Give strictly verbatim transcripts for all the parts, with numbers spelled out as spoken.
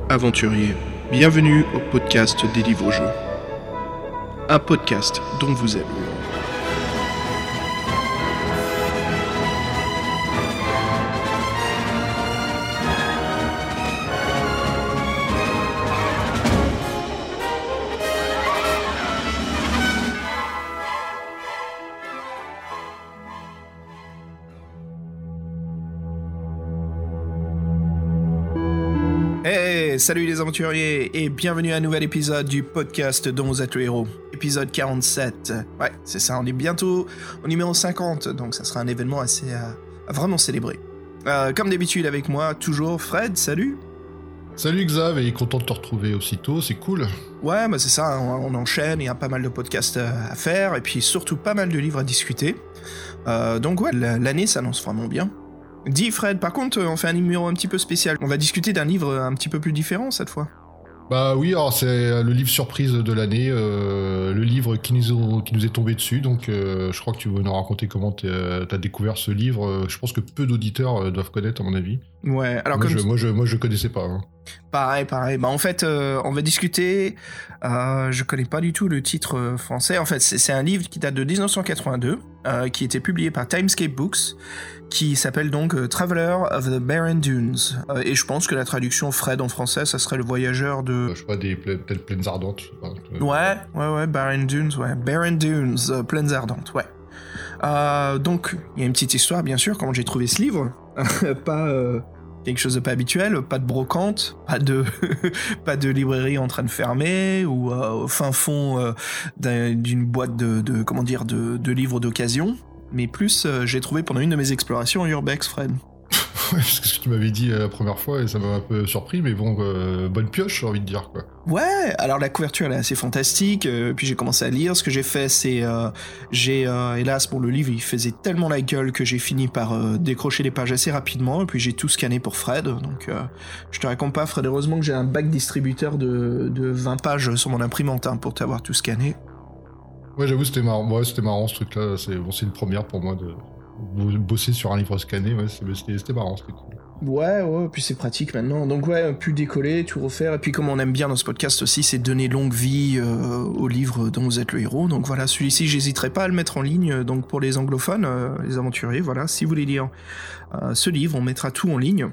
aventuriers, bienvenue au podcast des livres jeux. Un podcast dont vous êtes le héros. Salut les aventuriers et bienvenue à un nouvel épisode du podcast dont vous êtes le héros. Épisode quarante-sept. Ouais, c'est ça, on est bientôt au numéro cinquante, donc ça sera un événement assez à, à vraiment célébrer. Euh, comme d'habitude avec moi, toujours Fred, salut. Salut Xav, et content de te retrouver aussitôt, c'est cool. Ouais, bah c'est ça, on, on enchaîne, il y a pas mal de podcasts à faire, et puis surtout pas mal de livres à discuter. Euh, donc ouais, l'année s'annonce vraiment bien. Dis Fred, par contre, on fait un numéro un petit peu spécial. On va discuter d'un livre un petit peu plus différent cette fois. Bah oui, alors c'est le livre surprise de l'année, euh, le livre qui nous, ont, qui nous est tombé dessus, donc euh, je crois que tu veux nous raconter comment t'as découvert ce livre. Je pense que peu d'auditeurs doivent connaître à mon avis. Ouais, alors moi, comme... Je, moi, je, moi je connaissais pas. Hein. Pareil, pareil. Bah en fait, euh, on va discuter, euh, je connais pas du tout le titre français, en fait c'est un livre qui date de dix-neuf cent quatre-vingt-deux, euh, qui était publié par Timescape Books, qui s'appelle donc euh, Traveler of the Barren Dunes. Euh, et je pense que la traduction Fred en français, ça serait le voyageur de... Euh, je sais pas, des pla peut-être plaines ardentes. Je sais pas. Ouais, ouais, ouais, Barren Dunes, ouais. Barren Dunes, euh, plaines ardentes, ouais. Euh, donc, il y a une petite histoire, bien sûr, comment j'ai trouvé ce livre. pas... Euh... quelque chose de pas habituel, pas de brocante, pas de pas de librairie en train de fermer ou euh, au fin fond euh, d'une boîte de, de comment dire de, de livres d'occasion, mais plus euh, j'ai trouvé pendant une de mes explorations Urbex, Fred. Ouais, parce que ce que tu m'avais dit la première fois et ça m'a un peu surpris, mais bon, euh, bonne pioche, j'ai envie de dire, quoi. Ouais, alors la couverture elle est assez fantastique, euh, puis j'ai commencé à lire, ce que j'ai fait c'est, euh, j'ai, euh, hélas pour le livre il faisait tellement la gueule que j'ai fini par euh, décrocher les pages assez rapidement, et puis j'ai tout scanné pour Fred, donc euh, je te raconte pas Fred, heureusement que j'ai un bac distributeur de, de vingt pages sur mon imprimante hein, pour t'avoir tout scanné. Ouais, j'avoue c'était marrant, ouais, c'était marrant ce truc là, c'est bon, une première pour moi de... bosser sur un livre scanné, ouais, c'était marrant, c'était cool. Ouais, ouais, puis c'est pratique maintenant. Donc ouais, plus décoller, tout refaire. Et puis comme on aime bien dans ce podcast aussi, c'est donner longue vie euh, au livre dont vous êtes le héros. Donc voilà, celui-ci, j'hésiterai pas à le mettre en ligne. Donc pour les anglophones, euh, les aventuriers, voilà, si vous voulez lire euh, ce livre, on mettra tout en ligne.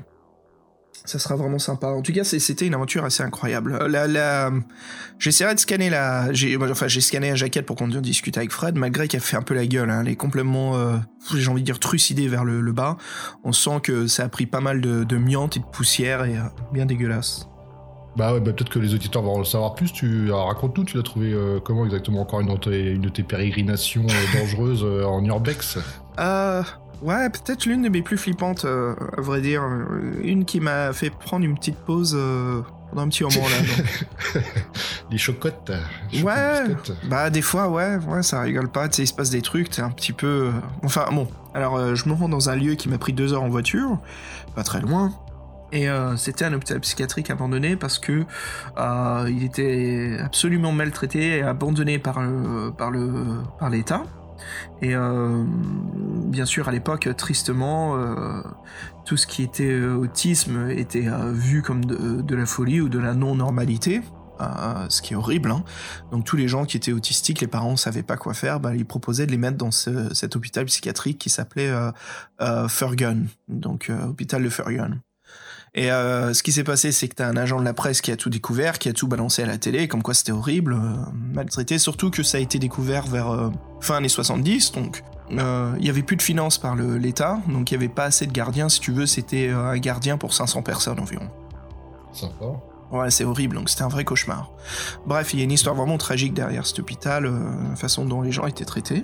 Ça sera vraiment sympa. En tout cas, c'était une aventure assez incroyable. La, la... J'essaierai de scanner la... J'ai... Enfin, j'ai scanné la jaquette pour qu'on discute avec Fred, malgré qu'elle fait un peu la gueule. Hein. Elle est complètement, euh... j'ai envie de dire, trucidée vers le, le bas. On sent que ça a pris pas mal de, de miante et de poussière, et euh, bien dégueulasse. Bah ouais, bah peut-être que les auditeurs vont en savoir plus. Tu raconte-nous, tu l'as trouvé euh, comment exactement, encore une de tes, une de tes pérégrinations euh, dangereuses euh, en urbex? Euh... Ouais, peut-être l'une de mes plus flippantes, euh, à vrai dire. Une qui m'a fait prendre une petite pause euh, pendant un petit moment, là. Donc. Les chocottes. Les ouais, chocottes bah des fois, ouais, ouais, ça rigole pas. Tu sais, il se passe des trucs, t'es un petit peu... Enfin, bon. Alors, euh, je me rends dans un lieu qui m'a pris deux heures en voiture, pas très loin. Et euh, c'était un hôpital psychiatrique abandonné parce que euh, il était absolument maltraité et abandonné par le, par le, par l'État. Et euh, bien sûr à l'époque tristement euh, tout ce qui était euh, autisme était euh, vu comme de, de la folie ou de la non-normalité, euh, ce qui est horrible hein. Donc tous les gens qui étaient autistiques, les parents savaient pas quoi faire, bah, ils proposaient de les mettre dans ce, cet hôpital psychiatrique qui s'appelait euh, euh, Furgon, donc euh, hôpital de Furgon. Et euh, ce qui s'est passé, c'est que t'as un agent de la presse qui a tout découvert, qui a tout balancé à la télé, comme quoi c'était horrible, euh, maltraité, surtout que ça a été découvert vers euh, fin années soixante-dix, donc il euh, y avait plus de finances par l'État, donc il y avait pas assez de gardiens, si tu veux, c'était euh, un gardien pour cinq cents personnes environ. Sympa. Ouais, c'est horrible, donc c'était un vrai cauchemar. Bref, il y a une histoire vraiment tragique derrière cet hôpital, euh, la façon dont les gens étaient traités.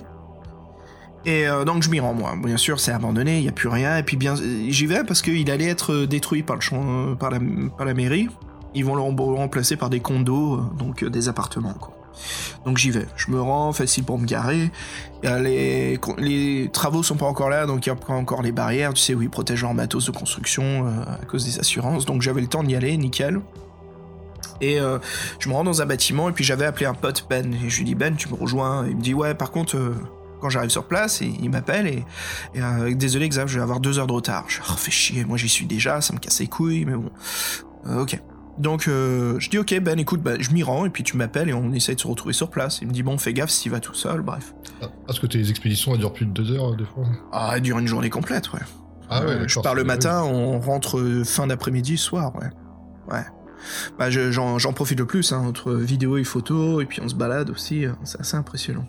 Et euh, donc je m'y rends moi, bien sûr c'est abandonné, il n'y a plus rien, et puis bien j'y vais parce qu'il allait être détruit par, le champ, par, la, par la mairie, ils vont le remplacer par des condos, donc euh, des appartements quoi. Donc j'y vais, je me rends, facile pour me garer, les, les travaux sont pas encore là, donc il y a pas encore les barrières, tu sais où ils protègent leur matos de construction euh, à cause des assurances, donc j'avais le temps d'y aller, nickel. Et euh, je me rends dans un bâtiment, et puis j'avais appelé un pote Ben, et je lui dis Ben tu me rejoins, il me dit ouais par contre... Euh, quand j'arrive sur place, il, il m'appelle et, et euh, désolé Xav, je vais avoir deux heures de retard. Je oh, fais chier, moi j'y suis déjà, ça me casse les couilles, mais bon, euh, ok. Donc euh, je dis ok Ben écoute bah, je m'y rends et puis tu m'appelles et on essaye de se retrouver sur place. Il me dit bon fais gaffe s'il va tout seul, bref. Ah, parce que tes expéditions elles durent plus de deux heures des fois. Ah elles durent une journée complète ouais. Ah ouais euh, je pars le matin, oui. On rentre fin d'après-midi, soir ouais. Ouais. Bah je, j'en, j'en profite le plus hein, entre vidéo et photo et puis on se balade aussi, c'est assez impressionnant.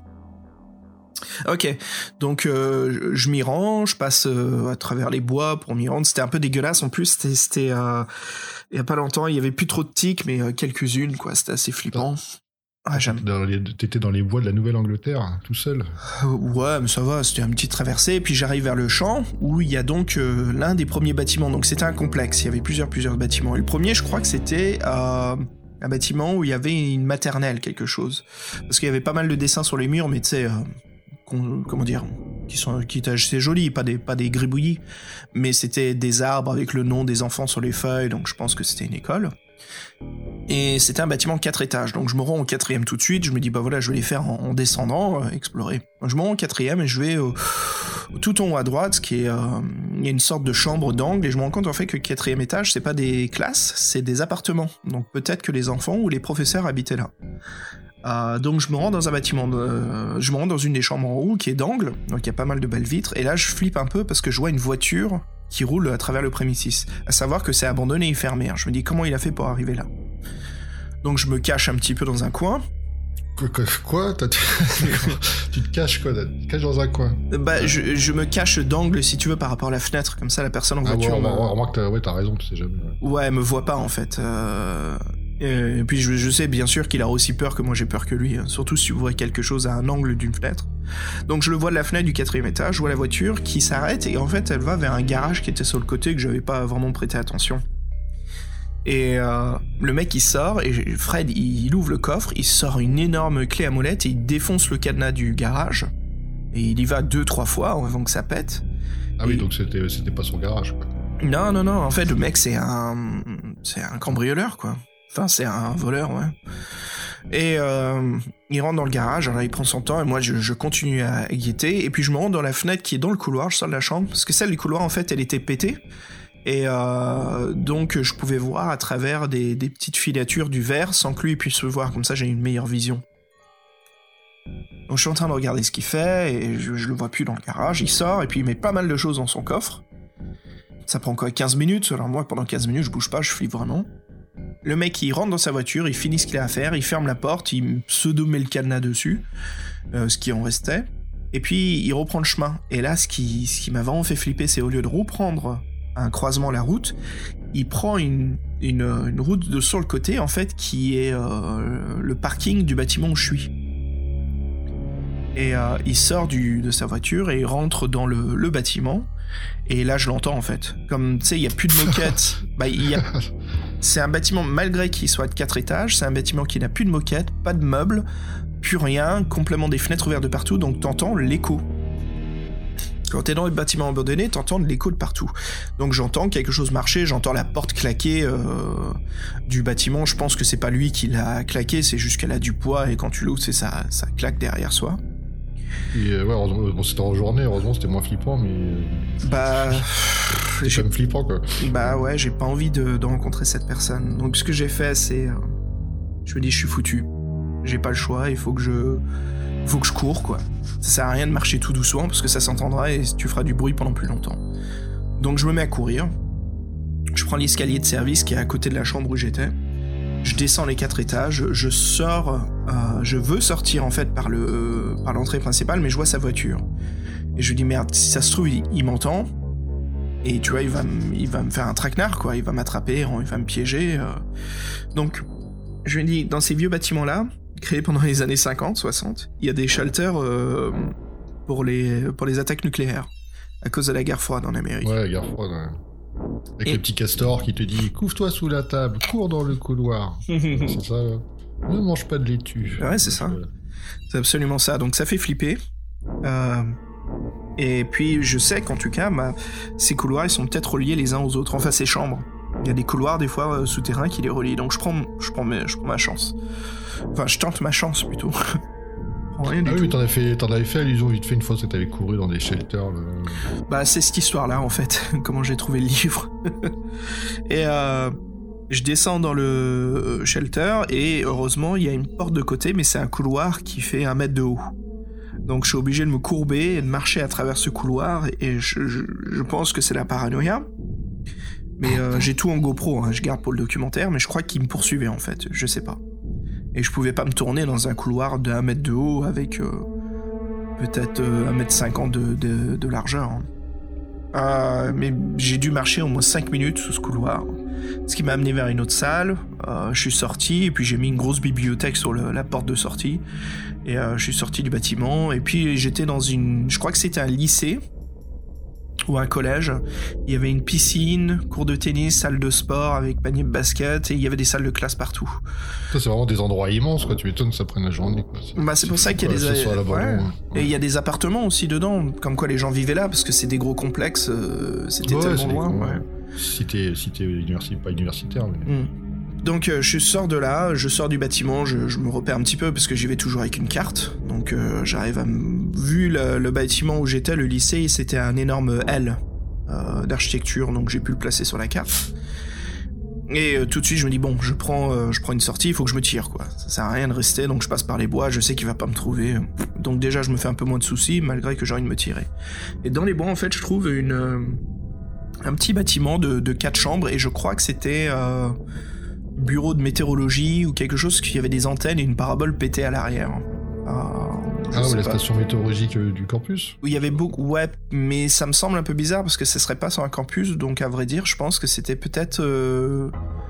Ok, donc euh, je, je m'y rends, je passe euh, à travers les bois pour m'y rendre. C'était un peu dégueulasse en plus, c'était, c'était euh, il y a pas longtemps, il y avait plus trop de tiques, mais euh, quelques-unes quoi. C'était assez flippant. Ah, j'aime. Dans les, t'étais dans les bois de la Nouvelle-Angleterre, hein, tout seul. Euh, ouais, mais ça va, c'était une petite traversée. Et puis j'arrive vers le champ où il y a donc euh, l'un des premiers bâtiments. Donc c'était un complexe. Il y avait plusieurs plusieurs bâtiments. Et le premier, je crois que c'était euh, un bâtiment où il y avait une maternelle, quelque chose, parce qu'il y avait pas mal de dessins sur les murs, mais tu sais. Euh, comment dire, qui sont qui étaient assez jolis, pas des pas des gribouillis, mais c'était des arbres avec le nom des enfants sur les feuilles, donc je pense que c'était une école. Et c'était un bâtiment quatre étages, donc je me rends au quatrième tout de suite. Je me dis bah voilà, je vais les faire en, en descendant, euh, explorer. Donc je me rends au quatrième et je vais euh, tout en haut à droite, qui est euh, il y a une sorte de chambre d'angle et je me rends compte en fait que le quatrième étage c'est pas des classes, c'est des appartements. Donc peut-être que les enfants ou les professeurs habitaient là. Euh, donc je me rends dans un bâtiment, de, euh, je me rends dans une des chambres en haut qui est d'angle, donc il y a pas mal de belles vitres, et là je flippe un peu parce que je vois une voiture qui roule à travers le prémices, à savoir que c'est abandonné et fermé. Je me dis comment il a fait pour arriver là. Donc je me cache un petit peu dans un coin. Quoi, quoi, quoi t'as... Tu te caches quoi? Tu te caches dans un coin? Bah je, je me cache d'angle si tu veux par rapport à la fenêtre, comme ça la personne en ah voiture... Ouais, me... remarque, t'as, ouais, t'as raison, tu sais jamais. Ouais, ouais elle me voit pas en fait. Euh... Et puis je, je sais bien sûr qu'il a aussi peur que moi j'ai peur que lui, hein. Surtout si vous voyez quelque chose à un angle d'une fenêtre. Donc je le vois de la fenêtre du quatrième étage, je vois la voiture qui s'arrête et en fait elle va vers un garage qui était sur le côté que j'avais pas vraiment prêté attention. Et euh, le mec il sort et Fred il, il ouvre le coffre, il sort une énorme clé à molette et il défonce le cadenas du garage et il y va deux trois fois avant que ça pète. Ah et... oui donc c'était, c'était pas son garage quoi. Non non non en fait le mec c'est un c'est un cambrioleur quoi. Enfin, c'est un voleur, ouais. Et euh, il rentre dans le garage, alors il prend son temps, et moi je, je continue à guetter, et puis je me rends dans la fenêtre qui est dans le couloir, je sors de la chambre, parce que celle du couloir, en fait, elle était pétée, et euh, donc je pouvais voir à travers des, des petites filatures du verre, sans que lui puisse me voir, comme ça j'ai une meilleure vision. Donc je suis en train de regarder ce qu'il fait, et je, je le vois plus dans le garage, il sort, et puis il met pas mal de choses dans son coffre. Ça prend quoi, quinze minutes, alors moi pendant quinze minutes je bouge pas, je flippe vraiment. Le mec il rentre dans sa voiture, il finit ce qu'il a à faire, il ferme la porte, il pseudo-met le cadenas dessus, euh, ce qui en restait, et puis il reprend le chemin. Et là ce qui, ce qui m'a vraiment fait flipper, c'est au lieu de reprendre un croisement la route, il prend une, une, une route de sur le côté en fait qui est euh, le parking du bâtiment où je suis. Et euh, il sort du, de sa voiture et il rentre dans le, le bâtiment. Et là, je l'entends en fait. Comme tu sais, il y a plus de moquette. bah, il y a... C'est un bâtiment, malgré qu'il soit de quatre étages, c'est un bâtiment qui n'a plus de moquette, pas de meubles, plus rien, complètement des fenêtres ouvertes de partout, donc t'entends l'écho. Quand t'es dans le bâtiment abandonné, t'entends l'écho de partout. Donc j'entends quelque chose marcher, j'entends la porte claquer euh, du bâtiment. Je pense que c'est pas lui qui l'a claqué, c'est juste qu'elle a du poids et quand tu l'ouvres, c'est ça, ça claque derrière soi. Et euh, ouais, bon, c'était en journée, heureusement c'était moins flippant, mais... Bah... C'est quand même flippant, quoi. Bah ouais, j'ai pas envie de, de rencontrer cette personne. Donc ce que j'ai fait, c'est... Euh, je me dis, je suis foutu. J'ai pas le choix, il faut que je... Il faut que je cours, quoi. Ça sert à rien de marcher tout doucement, parce que ça s'entendra et tu feras du bruit pendant plus longtemps. Donc je me mets à courir. Je prends l'escalier de service qui est à côté de la chambre où j'étais. Je descends les quatre étages, je sors, euh, je veux sortir en fait par, le, euh, par l'entrée principale, mais je vois sa voiture. Et je lui dis merde, si ça se trouve, il, il m'entend, et tu vois, il va, m- il va me faire un traquenard, quoi, il va m'attraper, il va me piéger. Euh. Donc, je lui dis, dans ces vieux bâtiments-là, créés pendant les années cinquante, soixante, il y a des shelters euh, pour, les, pour les attaques nucléaires, à cause de la guerre froide en Amérique. Ouais, la guerre froide, ouais. Avec et... le petit castor qui te dit « Couvre-toi sous la table, cours dans le couloir. » C'est ça, là. Ne mange pas de laitue. Ouais, c'est ça. Euh... C'est absolument ça. Donc ça fait flipper. Euh... Et puis je sais qu'en tout cas, bah, ces couloirs, ils sont peut-être reliés les uns aux autres. Enfin, ces chambres. Il y a des couloirs, des fois, euh, souterrains qui les relient. Donc je prends, je prends, mes, je prends ma chance. Enfin, je tente ma chance, plutôt. Rien du ah oui, tout. mais t'en avais fait, t'en avais fait allusion vite fait une fois que t'avais couru dans des shelters. Le... Bah, c'est cette histoire-là, en fait, comment j'ai trouvé le livre. Et euh, Je descends dans le shelter et heureusement, il y a une porte de côté, mais c'est un couloir qui fait un mètre de haut. Donc je suis obligé de me courber et de marcher à travers ce couloir et je, je, je pense que c'est la paranoïa. Mais euh, j'ai tout en GoPro, hein, je garde pour le documentaire, mais je crois qu'il me poursuivait en fait, je sais pas. Et je pouvais pas me tourner dans un couloir de un mètre de haut avec euh, peut-être euh, un mètre cinquante de, de, de largeur. Hein. Euh, mais j'ai dû marcher au moins cinq minutes sous ce couloir. Ce qui m'a amené vers une autre salle. Euh, je suis sorti et puis j'ai mis une grosse bibliothèque sur le, la porte de sortie. Et euh, je suis sorti du bâtiment. Et puis j'étais dans une... Je crois que c'était un lycée ou un collège. Il y avait une piscine, cours de tennis, salle de sport avec panier de basket et il y avait des salles de classe partout. Ça, c'est vraiment des endroits immenses, quoi. Tu m'étonnes que ça prenne la journée, quoi. C'est, bah, c'est, c'est pour ça qu'il y a des... Ouais. Ouais. Et il y a des appartements aussi dedans, comme quoi les gens vivaient là, parce que c'est des gros complexes, euh, c'était ouais, tellement loin. Con, ouais. Cité, cité universi... pas universitaire, mais... Mm. Donc euh, je sors de là, je sors du bâtiment, je, je me repère un petit peu parce que j'y vais toujours avec une carte. Donc euh, j'arrive à... M... Vu le, le bâtiment où j'étais, le lycée, c'était un énorme L euh, d'architecture, donc j'ai pu le placer sur la carte. Et euh, tout de suite je me dis bon, je prends, euh, je prends une sortie, il faut que je me tire quoi. Ça sert à rien de rester, donc je passe par les bois, je sais qu'il va pas me trouver. Donc déjà je me fais un peu moins de soucis malgré que j'ai envie de me tirer. Et dans les bois en fait je trouve une, euh, un petit bâtiment de, de quatre chambres et je crois que c'était... Euh, bureau de météorologie ou quelque chose, qu'il y avait des antennes et une parabole pétée à l'arrière. Euh, ah ouais, la station météorologique du campus. Oui, il y avait beaucoup, ouais, mais ça me semble un peu bizarre parce que ce serait pas sur un campus, donc à vrai dire, je pense que c'était peut-être euh,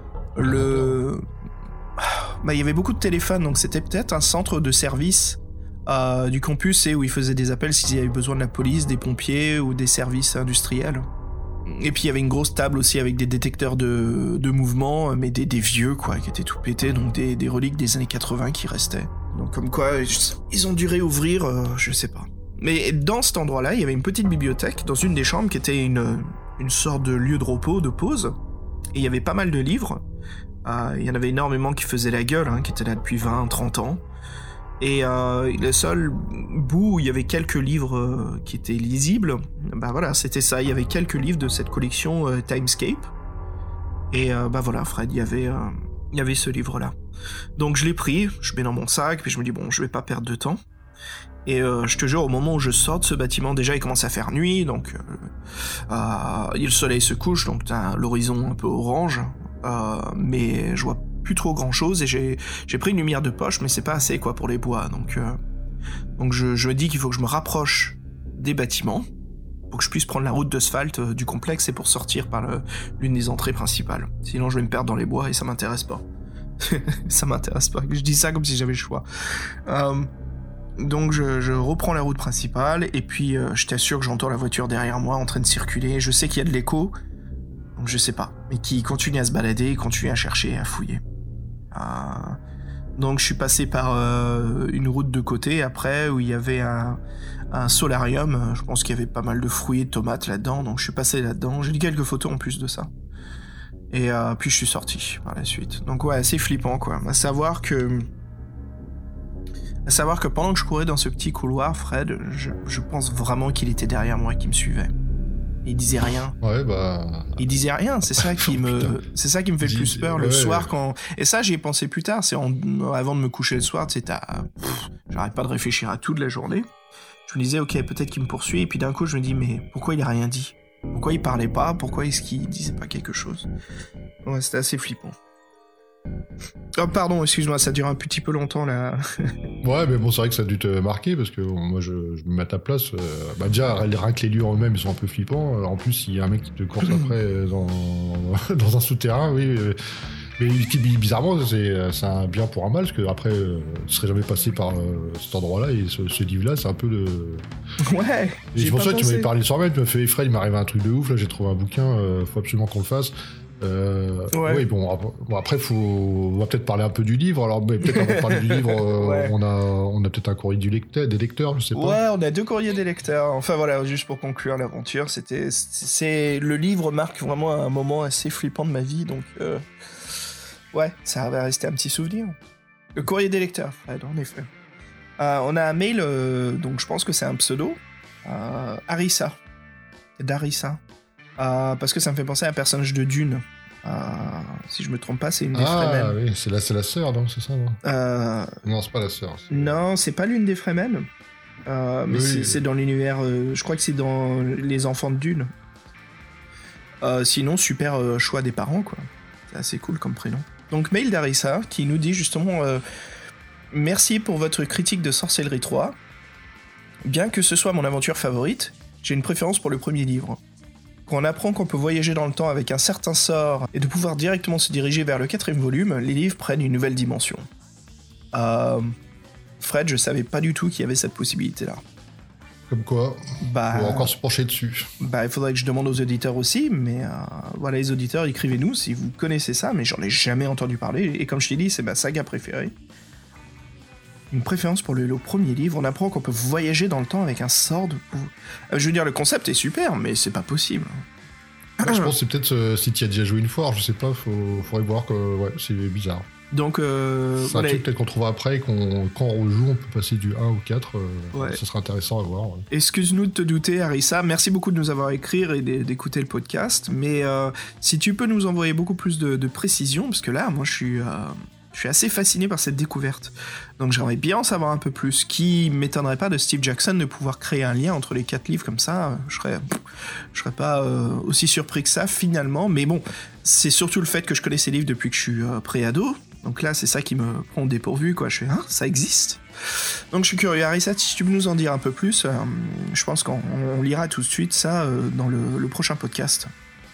le... Bah, il y avait beaucoup de téléphones, donc c'était peut-être un centre de service euh, du campus et où ils faisaient des appels s'ils avaient besoin de la police, des pompiers ou des services industriels. Et puis il y avait une grosse table aussi avec des détecteurs de, de mouvement, mais des, des vieux quoi, qui étaient tout pétés, donc des, des reliques des années quatre-vingts qui restaient. Donc comme quoi, ils ont dû réouvrir, euh, je sais pas. Mais dans cet endroit-là, il y avait une petite bibliothèque dans une des chambres qui était une, une sorte de lieu de repos, de pause. Et il y avait pas mal de livres. Euh, il y en avait énormément qui faisaient la gueule, hein, qui étaient là depuis vingt, trente ans. Et euh, le seul bout où il y avait quelques livres euh, qui étaient lisibles, bah voilà, c'était ça. Il y avait quelques livres de cette collection euh, Timescape. Et euh, bah voilà, Fred, il y avait, euh, il y avait ce livre-là. Donc je l'ai pris, je mets dans mon sac, puis je me dis bon, je vais pas perdre de temps. Et euh, je te jure, au moment où je sors de ce bâtiment, déjà il commence à faire nuit, donc euh, euh, le soleil se couche, donc t'as l'horizon un peu orange, euh, mais je vois plus trop grand chose et j'ai, j'ai pris une lumière de poche mais c'est pas assez quoi pour les bois donc, euh, donc je, je me dis qu'il faut que je me rapproche des bâtiments pour que je puisse prendre la route d'asphalte euh, du complexe et pour sortir par le, l'une des entrées principales, sinon je vais me perdre dans les bois et ça m'intéresse pas. Ça m'intéresse pas, je dis ça comme si j'avais le choix. euh, donc je, je reprends la route principale et puis euh, je t'assure que j'entends la voiture derrière moi en train de circuler, je sais qu'il y a de l'écho donc je sais pas, mais qui continue à se balader et continue à chercher et à fouiller. Euh, donc je suis passé par euh, une route de côté après où il y avait un, un solarium, je pense qu'il y avait pas mal de fruits et de tomates là-dedans, donc je suis passé là-dedans, j'ai dit quelques photos en plus de ça. Et euh, puis je suis sorti par la suite. Donc ouais, c'est flippant quoi, à savoir que... À savoir que pendant que je courais dans ce petit couloir, Fred, je, je pense vraiment qu'il était derrière moi et qu'il me suivait. Il disait rien. Ouais, bah. Il disait rien, c'est ça qui me, oh, c'est ça qui me fait le plus peur le ouais, soir ouais. quand. Et ça, j'y ai pensé plus tard. C'est en... avant de me coucher le soir, tu sais, t'as... j'arrête pas de réfléchir à tout de la journée. Je me disais, ok, peut-être qu'il me poursuit. Et puis d'un coup, je me dis, mais pourquoi il a rien dit ? Pourquoi il parlait pas ? Pourquoi est-ce qu'il disait pas quelque chose ? Ouais, c'était assez flippant. Oh pardon, excuse-moi, ça dure un petit peu longtemps là. Ouais, mais bon, c'est vrai que ça a dû te marquer parce que bon, moi je, je me mets à ta place. Euh, bah déjà, rien que les lieux en eux-mêmes ils sont un peu flippants. En plus, s'il y a un mec qui te course après dans, dans un souterrain, oui. Euh, mais bizarrement, c'est, c'est un bien pour un mal parce que après, euh, tu serais jamais passé par euh, cet endroit-là et ce, ce livre-là, c'est un peu le. Ouais. Et c'est pour ça que tu m'avais parlé le soir même, tu m'as fait Fred, il m'est arrivé un truc de ouf. Là, j'ai trouvé un bouquin, euh, faut absolument qu'on le fasse. Euh, ouais. Oui, bon, bon après, faut, on va peut-être parler un peu du livre. Alors, peut-être avant de parler du livre, euh, ouais. on, a, on a peut-être un courrier du lecteur, des lecteurs, je sais pas. Ouais, on a deux courriers des lecteurs. Enfin voilà, juste pour conclure l'aventure, c'était, c'est, le livre marque vraiment un moment assez flippant de ma vie, donc euh, ouais, ça va rester un petit souvenir. Le courrier des lecteurs, Fred, en effet. Euh, on a un mail, euh, donc je pense que c'est un pseudo, euh, Arissa, Darissa. Euh, parce que ça me fait penser à un personnage de Dune. Euh, si je me trompe pas, c'est une des Ah Fremen. oui, c'est la, c'est la sœur, non, c'est ça, non Euh, Non, c'est pas la sœur. C'est... non, c'est pas l'une des Fremen. Euh, mais Oui, c'est, oui. c'est dans l'univers. Euh, je crois que c'est dans Les Enfants de Dune. Euh, sinon, super euh, choix des parents, quoi. C'est assez cool comme prénom. Donc, mail d'Arissa qui nous dit justement euh, merci pour votre critique de Sorcellerie trois. Bien que ce soit mon aventure favorite, j'ai une préférence pour le premier livre. Quand on apprend qu'on peut voyager dans le temps avec un certain sort et de pouvoir directement se diriger vers le quatrième volume, les livres prennent une nouvelle dimension. Euh... Fred, je savais pas du tout qu'il y avait cette possibilité-là. Comme quoi, bah, on va encore se pencher dessus. Bah, il faudrait que je demande aux auditeurs aussi, mais euh, voilà, les auditeurs, écrivez-nous si vous connaissez ça, mais j'en ai jamais entendu parler, et comme je t'ai dit, c'est ma saga préférée. Une préférence pour le, le premier livre, on apprend qu'on peut voyager dans le temps avec un sort de... Euh, je veux dire, le concept est super, mais c'est pas possible. Ouais, je pense que c'est peut-être euh, si tu y as déjà joué une fois, je sais pas, faut, faudrait voir que ouais, c'est bizarre. Donc, euh, c'est voilà. un truc peut-être qu'on trouvera après, et qu'on, quand on rejoue, on peut passer du un au quatre. Euh, ouais. Ça sera intéressant à voir. Ouais. Excuse-nous de te douter, Arissa. Merci beaucoup de nous avoir écrit et d'écouter le podcast. Mais euh, si tu peux nous envoyer beaucoup plus de, de précision, parce que là, moi, je suis, euh, je suis assez fasciné par cette découverte. Donc, j'aimerais bien en savoir un peu plus. Qui m'étonnerait pas de Steve Jackson de pouvoir créer un lien entre les quatre livres comme ça. Je serais, je serais pas euh, aussi surpris que ça, finalement. Mais bon, c'est surtout le fait que je connais ces livres depuis que je suis euh, pré-ado. Donc là, c'est ça qui me prend au dépourvu, quoi. Je fais, hein, ça existe. Donc je suis curieux, Arissa, si tu peux nous en dire un peu plus, euh, je pense qu'on on lira tout de suite ça euh, dans le, le prochain podcast.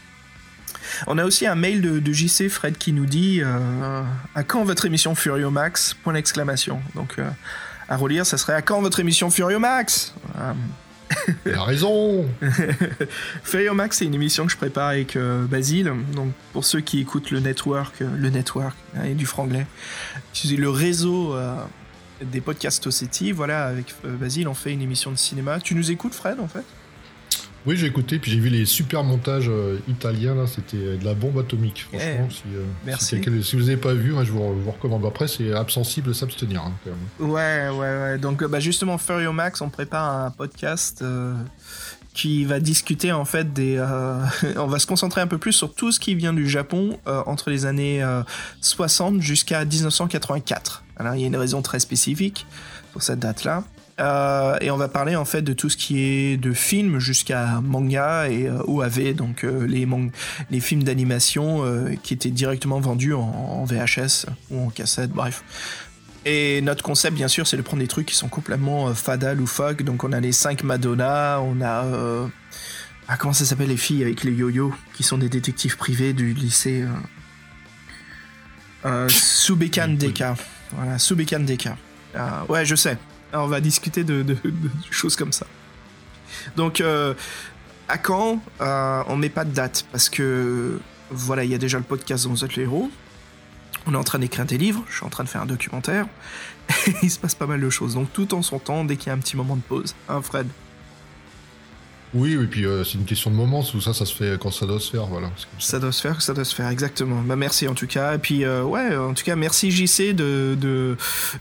On a aussi un mail de, de J C, Fred, qui nous dit euh, à quand votre émission Furio Max ? Point d'exclamation. Donc euh, à relire, ça serait à quand votre émission Furio Max ? euh, Il a raison. Furio Max, c'est une émission que je prépare avec euh, Basile. Donc pour ceux qui écoutent le network, euh, le network, hein, du franglais, le réseau euh, des podcasts Oceti, voilà, avec euh, Basile, on fait une émission de cinéma. Tu nous écoutes, Fred, en fait ? Oui, j'ai écouté, puis j'ai vu les super montages euh, italiens, là, c'était de la bombe atomique, franchement. Eh, si, euh, merci. Si, quelqu'un, si vous n'avez pas vu, moi, je vous, vous recommande. Après, c'est absensible s'abstenir, hein, quand même. Ouais, ouais, ouais. Donc, bah, justement, Furio Max, on prépare un podcast euh, qui va discuter, en fait, des... Euh, on va se concentrer un peu plus sur tout ce qui vient du Japon euh, entre les années euh, soixante jusqu'à dix-neuf cent quatre-vingt-quatre. Alors, il y a une raison très spécifique pour cette date-là. Euh, et on va parler en fait de tout ce qui est de films jusqu'à manga et euh, O A V, donc euh, les, man- les films d'animation euh, qui étaient directement vendus en, en V H S ou en cassette, bref. Et notre concept, bien sûr, c'est de prendre des trucs qui sont complètement euh, fada, loufoques. Donc on a les cinq Madonna, on a... Euh... Ah, comment ça s'appelle les filles avec les yo-yo, qui sont des détectives privés du lycée... Euh... Euh, Subekan Deka. Voilà, Subekan Deka. Euh, ouais, je sais. Alors, on va discuter de, de, de choses comme ça. Donc, euh, à quand euh, on met pas de date, parce que, voilà, il y a déjà le podcast dont vous êtes les héros. On est en train d'écrire des livres, je suis en train de faire un documentaire. Et il se passe pas mal de choses. Donc, tout en son temps, dès qu'il y a un petit moment de pause. Hein, Fred ? Oui, et puis euh, c'est une question de moment, tout ça, ça se fait quand ça doit se faire, voilà. C'est comme ça. Ça doit se faire, ça doit se faire, exactement. Bah merci en tout cas. Et puis euh, ouais, en tout cas merci J C de de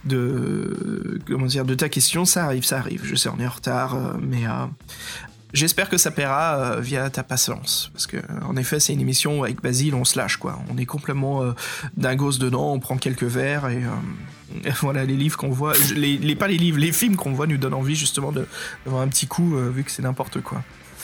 de comment dire de ta question. Ça arrive, ça arrive. Je sais, on est en retard, euh, mais euh, j'espère que ça paiera euh, via ta patience, parce que en effet c'est une émission où avec Basile on se lâche quoi. On est complètement euh, dingos dedans, on prend quelques verres et, euh, et voilà les livres qu'on voit, les, les pas les livres, les films qu'on voit nous donnent envie justement de d'avoir un petit coup euh, vu que c'est n'importe quoi.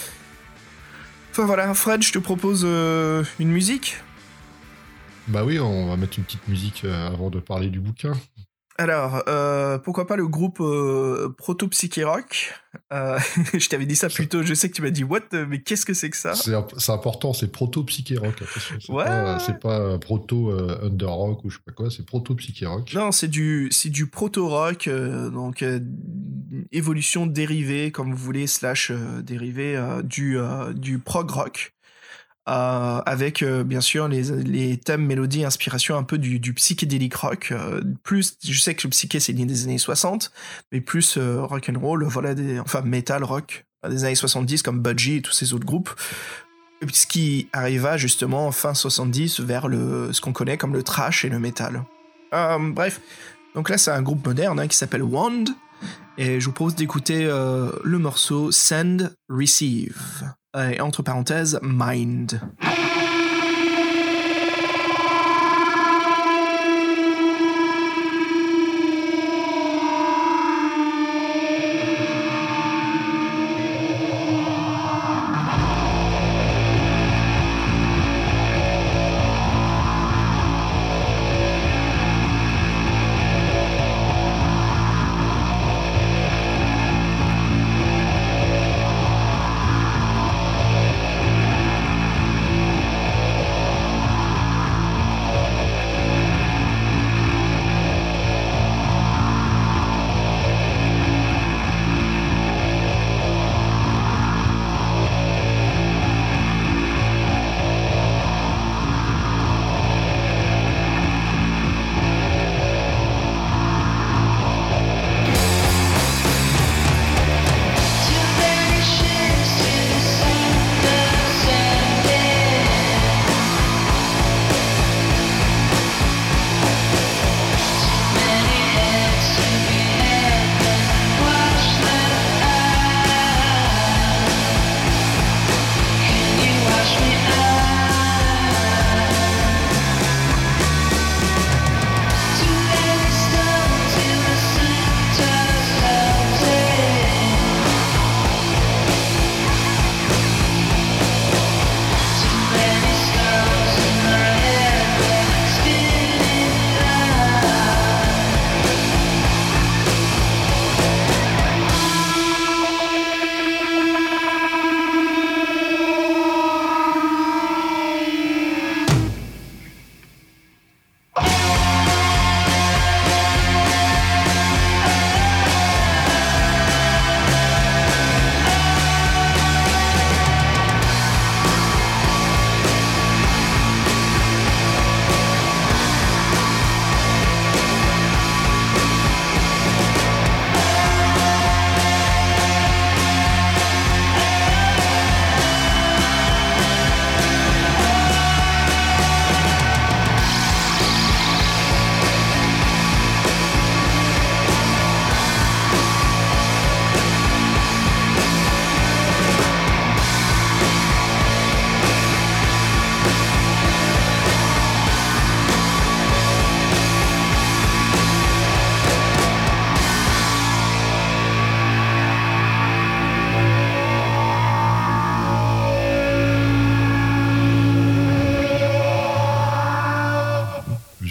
Enfin voilà, Fred, je te propose euh, une musique. Bah oui, on va mettre une petite musique euh, avant de parler du bouquin. Alors, euh, pourquoi pas le groupe euh, Proto Psyché Rock. euh, Je t'avais dit ça plus tôt, je sais que tu m'as dit « What ?» mais qu'est-ce que c'est que ça ? C'est, c'est important, c'est Proto Psyché Rock, attention. C'est ouais. pas, c'est pas euh, Proto euh, Under Rock ou je sais pas quoi, c'est Proto Psyché Rock. Non, c'est du, c'est du proto-rock, euh, donc euh, évolution dérivée, comme vous voulez, slash euh, dérivée euh, du, euh, du prog rock. Euh, avec euh, bien sûr les, les thèmes, mélodies, inspirations un peu du, du psychédélique rock. Euh, plus, je sais que le psyché c'est né des années soixante, mais plus euh, rock and roll, voilà, des, enfin metal rock des années soixante-dix comme Budgie et tous ces autres groupes. Ce qui arriva justement en fin soixante-dix vers le, ce qu'on connaît comme le thrash et le metal. Euh, bref, donc là c'est un groupe moderne hein, qui s'appelle Wand, et je vous propose d'écouter euh, le morceau Send Receive. Et entre parenthèses, Mind. Thank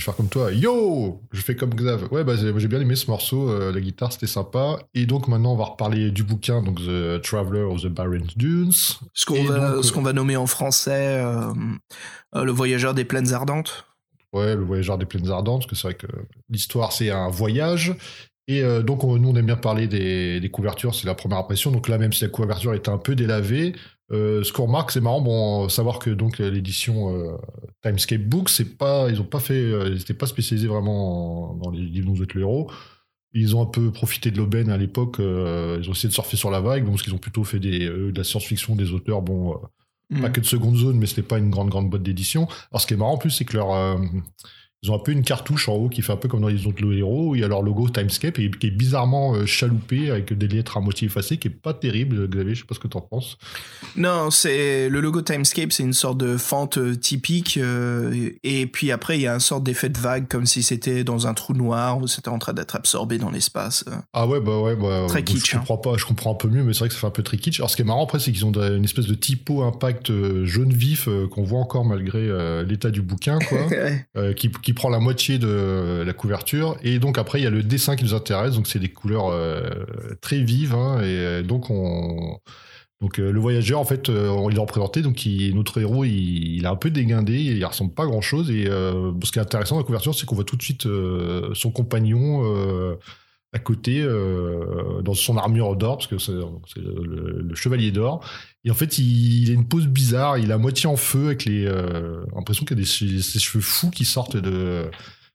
faire comme toi. Yo, je fais comme Xav. Ouais, bah j'ai, j'ai bien aimé ce morceau. Euh, la guitare, c'était sympa. Et donc maintenant, on va reparler du bouquin, donc The Traveler of the Barren Dunes. Ce qu'on Et va, donc, ce qu'on va nommer en français euh, euh, le voyageur des plaines ardentes. Ouais, le voyageur des plaines ardentes, parce que c'est vrai que l'histoire, c'est un voyage. Et euh, donc, on, nous, on aime bien parler des, des couvertures, c'est la première impression. Donc là, même si la couverture était un peu délavée, euh, ce qu'on remarque, c'est marrant, bon, savoir que donc l'édition euh, Timescape Books, c'est pas, ils ont pas fait, euh, ils n'étaient pas spécialisés vraiment en- dans les livres dont vous êtes le héros. Ils ont un peu profité de l'aubaine à l'époque, euh, ils ont essayé de surfer sur la vague, donc, parce qu'ils ont plutôt fait des, euh, de la science-fiction, des auteurs, bon, euh, pas Mm. que de seconde zone, mais c'était pas une grande, grande boîte d'édition. Alors, ce qui est marrant en plus, c'est que leur, euh, ils ont un peu une cartouche en haut qui fait un peu comme dans les autres héros, où il y a leur logo Timescape et qui est bizarrement euh, chaloupé avec des lettres à moitié effacées, qui est pas terrible, Xavier, je sais pas ce que t'en penses. Non, c'est le logo Timescape, c'est une sorte de fente euh, typique, euh, et, et puis après il y a une sorte d'effet de vague, comme si c'était dans un trou noir ou c'était en train d'être absorbé dans l'espace. euh. Ah ouais, bah ouais, bah, Très donc kitsch, je hein. comprends pas, je comprends un peu mieux, mais c'est vrai que ça fait un peu très kitsch. Alors ce qui est marrant après, c'est qu'ils ont de- une espèce de typo impact euh, jaune vif euh, qu'on voit encore malgré euh, l'état du bouquin, quoi. Ouais. euh, qui, qui prend la moitié de la couverture. Et donc après, il y a le dessin qui nous intéresse. Donc c'est des couleurs euh, très vives. Hein, et euh, donc on... Donc euh, le voyageur, en fait, euh, on l'a représenté. Donc il- notre héros, il, il est un peu dégainé. Il ressemble pas à grand chose. Et euh, ce qui est intéressant dans la couverture, c'est qu'on voit tout de suite euh, son compagnon. Euh, à côté, euh, dans son armure d'or, parce que c'est, c'est le, le chevalier d'or. Et en fait, il, il a une pose bizarre, il est à moitié en feu, avec les euh, l'impression qu'il y a des, ses cheveux fous qui sortent de,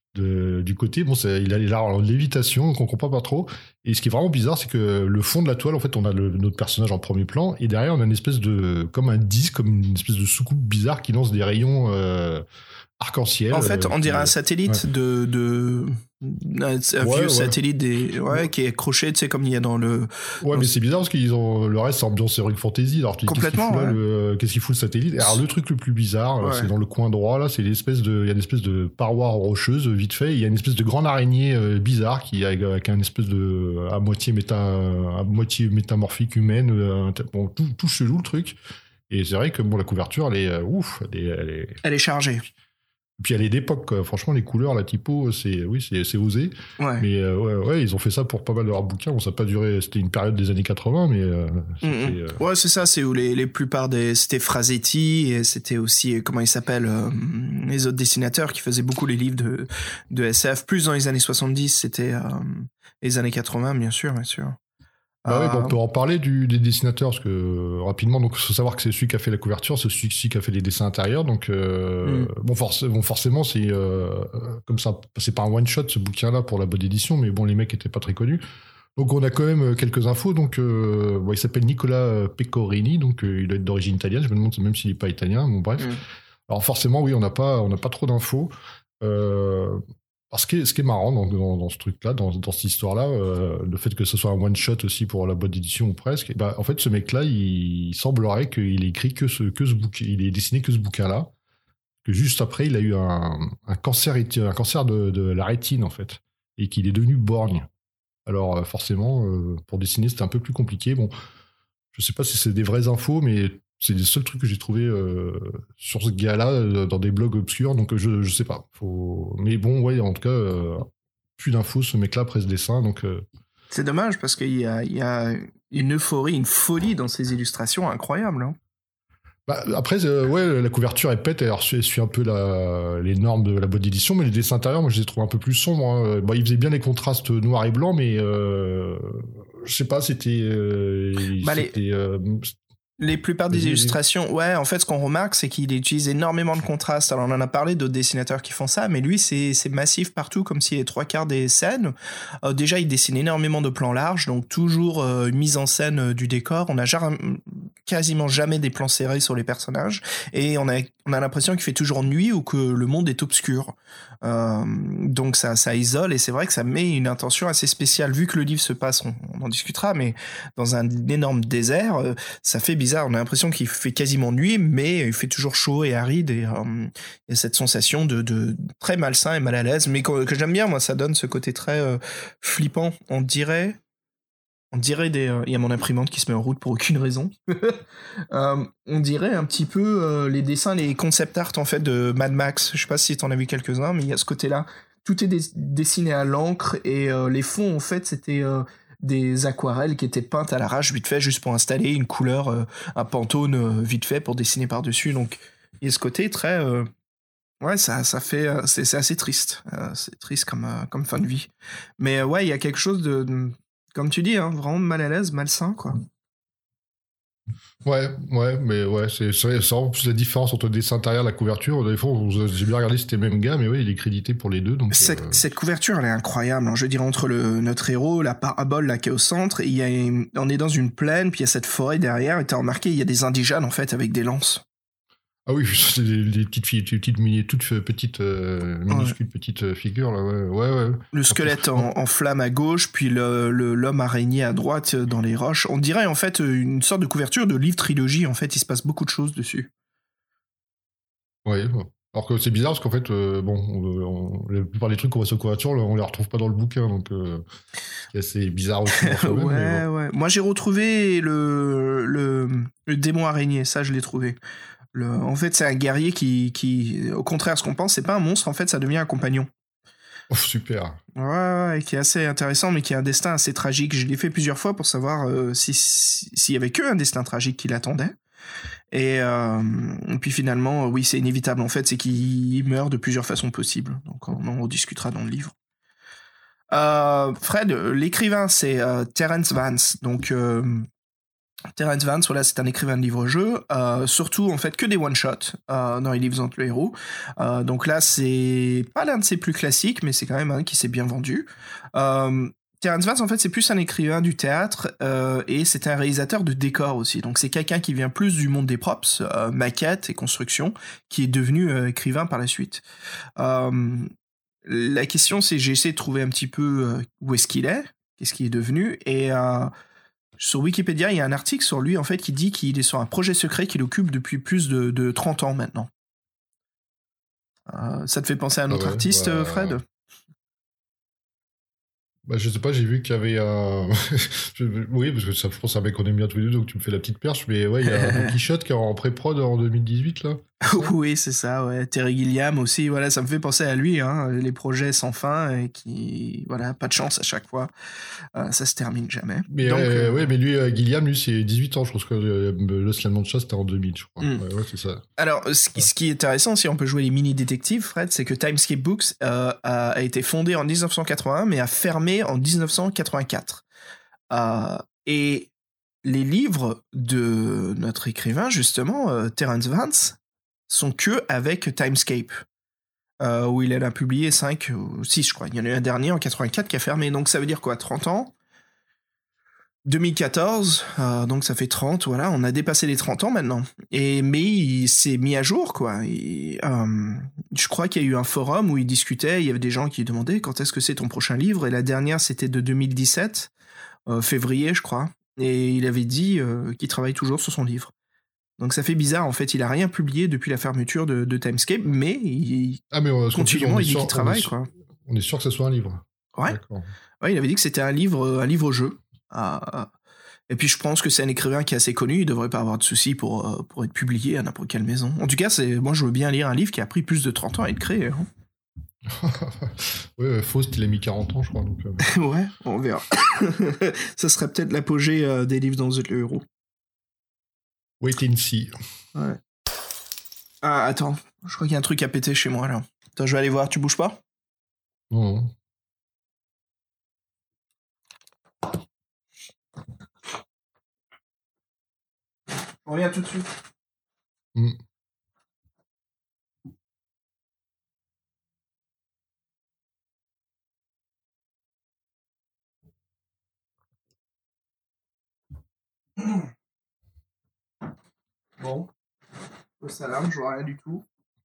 de, du côté. Bon, c'est, il a l'air en lévitation, donc on comprend pas trop. Et ce qui est vraiment bizarre, c'est que le fond de la toile, en fait, on a le, notre personnage en premier plan, et derrière, on a une espèce de, comme un disque, comme une espèce de soucoupe bizarre qui lance des rayons euh, arc-en-ciel. En fait, euh, on qui- dirait un satellite ouais. de, de un, un Ouais, vieux ouais. satellite des, ouais, Ouais. qui est accroché, tu sais, comme il y a dans le. Ouais, dans mais ce- c'est bizarre parce qu'ils ont le reste, c'est ambiance Heroic Fantasy. Alors, tu dis, qu'est-ce qu'il Complètement, fout là, ouais. le, qu'est-ce qu'il fout le satellite? Alors, le truc le plus bizarre, Ouais. c'est dans le coin droit, là, c'est l'espèce de, il y a une espèce de paroi rocheuse, vite fait, et il y a une espèce de grande araignée euh, bizarre qui, avec, avec un espèce de, à moitié méta, à moitié métamorphique humaine, euh, bon, tout, tout chelou, le truc. Et c'est vrai que, bon, la couverture, elle est, euh, ouf, elle est, elle est... Elle est chargée. Puis elle est d'époque, quoi. Franchement, les couleurs, la typo, c'est, oui, c'est, c'est osé. Ouais. Mais euh, ouais, ouais, ils ont fait ça pour pas mal de leurs bouquins. Bon, ça n'a pas duré, c'était une période des années quatre-vingts, mais euh, c'était, Mhm. euh, Ouais, c'est ça, c'est où les, les plupart des. C'était Frasetti, et c'était aussi, euh, comment ils s'appellent, euh, les autres dessinateurs qui faisaient beaucoup les livres de, de S F. Plus dans les années soixante-dix, c'était euh, les années quatre-vingts, bien sûr, bien sûr. Bah oui, bah on Euh, peut en parler du, des dessinateurs, parce que euh, rapidement, donc il faut savoir que c'est celui qui a fait la couverture, c'est celui qui a fait les dessins intérieurs, donc euh, Mm. bon, forc- bon, forcément, c'est euh, comme ça, c'est pas un one-shot ce bouquin-là pour la bonne édition, mais bon, les mecs étaient pas très connus. Donc on a quand même quelques infos, donc euh, bon, il s'appelle Nicola Pecorini, donc euh, il doit être d'origine italienne, je me demande même s'il est pas italien, bon bref. Mm. Alors forcément, oui, on n'a pas, on n'a pas trop d'infos. Euh, parce que ce qui est marrant dans, dans, dans ce truc-là, dans, dans cette histoire-là, euh, le fait que ce soit un one-shot aussi pour la boîte d'édition ou presque, et bah, en fait, ce mec-là, il, il semblerait qu'il ait écrit que ce, que ce bouquin, il ait dessiné que ce bouquin-là, que juste après, il a eu un, un cancer, réti- un cancer de, de la rétine, en fait, et qu'il est devenu borgne. Alors, euh, forcément, euh, pour dessiner, c'était un peu plus compliqué. Bon, je sais pas si c'est des vraies infos, mais c'est les seuls trucs que j'ai trouvé euh, sur ce gars-là euh, dans des blogs obscurs, donc euh, je, je sais pas. Faut... Mais bon, ouais, en tout cas, euh, plus d'infos, ce mec-là après ce dessin, donc euh, C'est dommage parce qu'il y a, il y a une euphorie, une folie dans ces illustrations incroyables. Hein. bah, après, euh, ouais, la couverture est pète, elle suit, suit un peu la, les normes de la boîte d'édition, mais les dessins intérieurs, moi, je les trouve un peu plus sombres. Hein. Bon, il faisait bien les contrastes noir et blanc, mais euh, je sais pas, c'était, euh, Bah, les- c'était euh, Les plupart des Vas-y, vas-y. illustrations, ouais, en fait, ce qu'on remarque, c'est qu'il utilise énormément de contraste. Alors, on en a parlé d'autres dessinateurs qui font ça, mais lui, c'est c'est massif partout, comme si les trois quarts des scènes. Euh, déjà, il dessine énormément de plans larges, donc toujours euh, une mise en scène euh, du décor. On a jar- quasiment jamais des plans serrés sur les personnages, et on a, on a l'impression qu'il fait toujours nuit ou que le monde est obscur. Euh, donc, ça, ça isole, et c'est vrai que ça met une intention assez spéciale. Vu que le livre se passe, on, on en discutera, mais dans un énorme désert, euh, ça fait bizarre. On a l'impression qu'il fait quasiment nuit, mais il fait toujours chaud et aride, et euh, il y a cette sensation de, de très malsain et mal à l'aise, mais que, que j'aime bien. Moi, ça donne ce côté très euh, flippant. On dirait, on dirait des... Il euh, y a mon imprimante qui se met en route pour aucune raison. euh, on dirait un petit peu euh, les dessins, les concept art en fait de Mad Max. Je sais pas si t'en as vu quelques-uns, mais il y a ce côté-là. Tout est des- dessiné à l'encre et euh, les fonds en fait c'était euh, des aquarelles qui étaient peintes à l'arrache vite fait juste pour installer une couleur, euh, un pantone euh, vite fait pour dessiner par-dessus. Donc il y a ce côté très... euh, Ouais, ça, ça fait... euh, c'est, c'est assez triste. Euh, c'est triste comme, euh, comme fin de vie. Mais euh, ouais, il y a quelque chose de... de- comme tu dis, hein, vraiment mal à l'aise, malsain, quoi. Ouais, ouais, mais ouais, c'est c'est c'est vraiment plus la différence entre le dessin intérieur et la couverture. Des fois, on- j'ai bien regardé si c'était le même gars, mais ouais, il est crédité pour les deux, donc... Cette, euh, cette couverture, elle est incroyable. Hein. Je veux dire, entre le, notre héros, la parabole là, qui est au centre, et il y a une- on est dans une plaine, puis il y a cette forêt derrière, et t'as remarqué, il y a des indigènes, en fait, avec des lances. Ah oui, c'est des, des petites filles, des petites, mini, toutes fe- petites, euh, minuscules petites euh, figures, là, ouais, ouais, ouais. Le squelette en, en flamme à gauche, puis le, le- l'homme araignée à droite euh, dans les roches. On dirait, en fait, une sorte de couverture de livre trilogie. En fait, il se passe beaucoup de choses dessus. Ouais, ouais. Alors que c'est bizarre parce qu'en fait, euh, bon, on, on- la plupart des trucs qu'on voit sur couverture, là, on les retrouve pas dans le bouquin, donc euh, c'est assez bizarre aussi dans soi-même. ouais, mais bon. ouais. Moi, j'ai retrouvé le, le, le démon araignée. Ça, je l'ai trouvé. Le, en fait, c'est un guerrier qui, qui, au contraire, ce qu'on pense, c'est pas un monstre. En fait, ça devient un compagnon. Oh, super. Ouais, ouais, et qui est assez intéressant, mais qui a un destin assez tragique. Je l'ai fait plusieurs fois pour savoir euh, si, si- s'il y avait que un destin tragique qui l'attendait. Et, euh, et puis finalement, euh, oui, c'est inévitable. En fait, c'est qu'il meurt de plusieurs façons possibles. Donc, on en rediscutera dans le livre. Euh, Fred, l'écrivain, c'est euh, Terence Vance. Donc, euh, Terence Vance, voilà, c'est un écrivain de livres-jeux, euh, surtout en fait que des one-shots euh, dans les livres entre le héros. Euh, donc là, c'est pas l'un de ses plus classiques, mais c'est quand même un qui s'est bien vendu. Euh, Terence Vance, en fait, c'est plus un écrivain du théâtre euh, et c'est un réalisateur de décors aussi. Donc c'est quelqu'un qui vient plus du monde des props, euh, maquettes et construction, qui est devenu euh, écrivain par la suite. Euh, la question, c'est j'ai essayé de trouver un petit peu euh, où est-ce qu'il est, qu'est-ce qu'il est devenu, et euh, sur Wikipédia, il y a un article sur lui en fait qui dit qu'il est sur un projet secret qu'il occupe depuis plus de, de trente ans maintenant. Euh, ça te fait penser à un Ah autre ouais, artiste, bah, Fred? bah, je sais pas, j'ai vu qu'il y avait un. je- Oui, parce que ça, je pense que c'est un mec qu'on aime bien tous les deux, donc tu me fais la petite perche, mais ouais, il y a Don Quichotte qui est en pré-prod en deux mille dix-huit, là. c'est ça Oui, c'est ça, ouais. Terry Gilliam aussi, voilà, ça me fait penser à lui, hein, les projets sans fin et qui, voilà, pas de chance à chaque fois, Euh, ça se termine jamais. Mais, Donc, euh, euh, ouais, mais lui, euh, Gilliam, lui, c'est dix-huit ans, je pense que euh, Lost Land Chat, c'était en deux mille, je crois. hmm. Ouais, ouais, c'est ça. Alors, ce qui, ce qui est intéressant, si on peut jouer les mini-détectives, Fred, c'est que Timescape Books euh, a, a été fondé en dix-neuf cent quatre-vingt-un, mais a fermé en dix-neuf cent quatre-vingt-quatre. Euh, et les livres de notre écrivain, justement, euh, Terence Vance, sont que avec Timescape, euh, où il en a publié cinq ou six, je crois. Il y en a eu un dernier en quatre-vingt-quatre qui a fermé. Donc ça veut dire quoi, trente ans deux mille quatorze, euh, donc ça fait trente, voilà, on a dépassé les trente ans maintenant. Et, mais il s'est mis à jour, quoi. Et, euh, je crois qu'il y a eu un forum où il discutait, il y avait des gens qui demandaient quand est-ce que c'est ton prochain livre, et la dernière c'était de deux mille dix-sept, euh, février, je crois. Et il avait dit euh, qu'il travaille toujours sur son livre. Donc ça fait bizarre, en fait, il a rien publié depuis la fermeture de, de Timescape, mais il, Ah, mais euh, parce qu'en plus, continuellement on est il dit sûr- qu'il on est travaille, sûr- quoi. On est sûr que ce soit un livre. Ouais. D'accord. Ouais, il avait dit que c'était un livre, un livre-jeu. Ah, et puis je pense que c'est un écrivain qui est assez connu, il devrait pas avoir de soucis pour, euh, pour être publié à n'importe quelle maison. En tout cas, c'est, moi je veux bien lire un livre qui a pris plus de trente ans à être créé. Hein. Ouais, ouais, Faust, il a mis quarante ans, je crois. Donc, euh, Ouais, on verra. Ça serait peut-être l'apogée euh, des livres dans le héros. Wait and see. Ouais. Ah, attends, je crois qu'il y a un truc à péter chez moi là. Attends, je vais aller voir, tu bouges pas? Non, non. On revient tout de suite. Mm. Bon. Le salam, je vois rien du tout.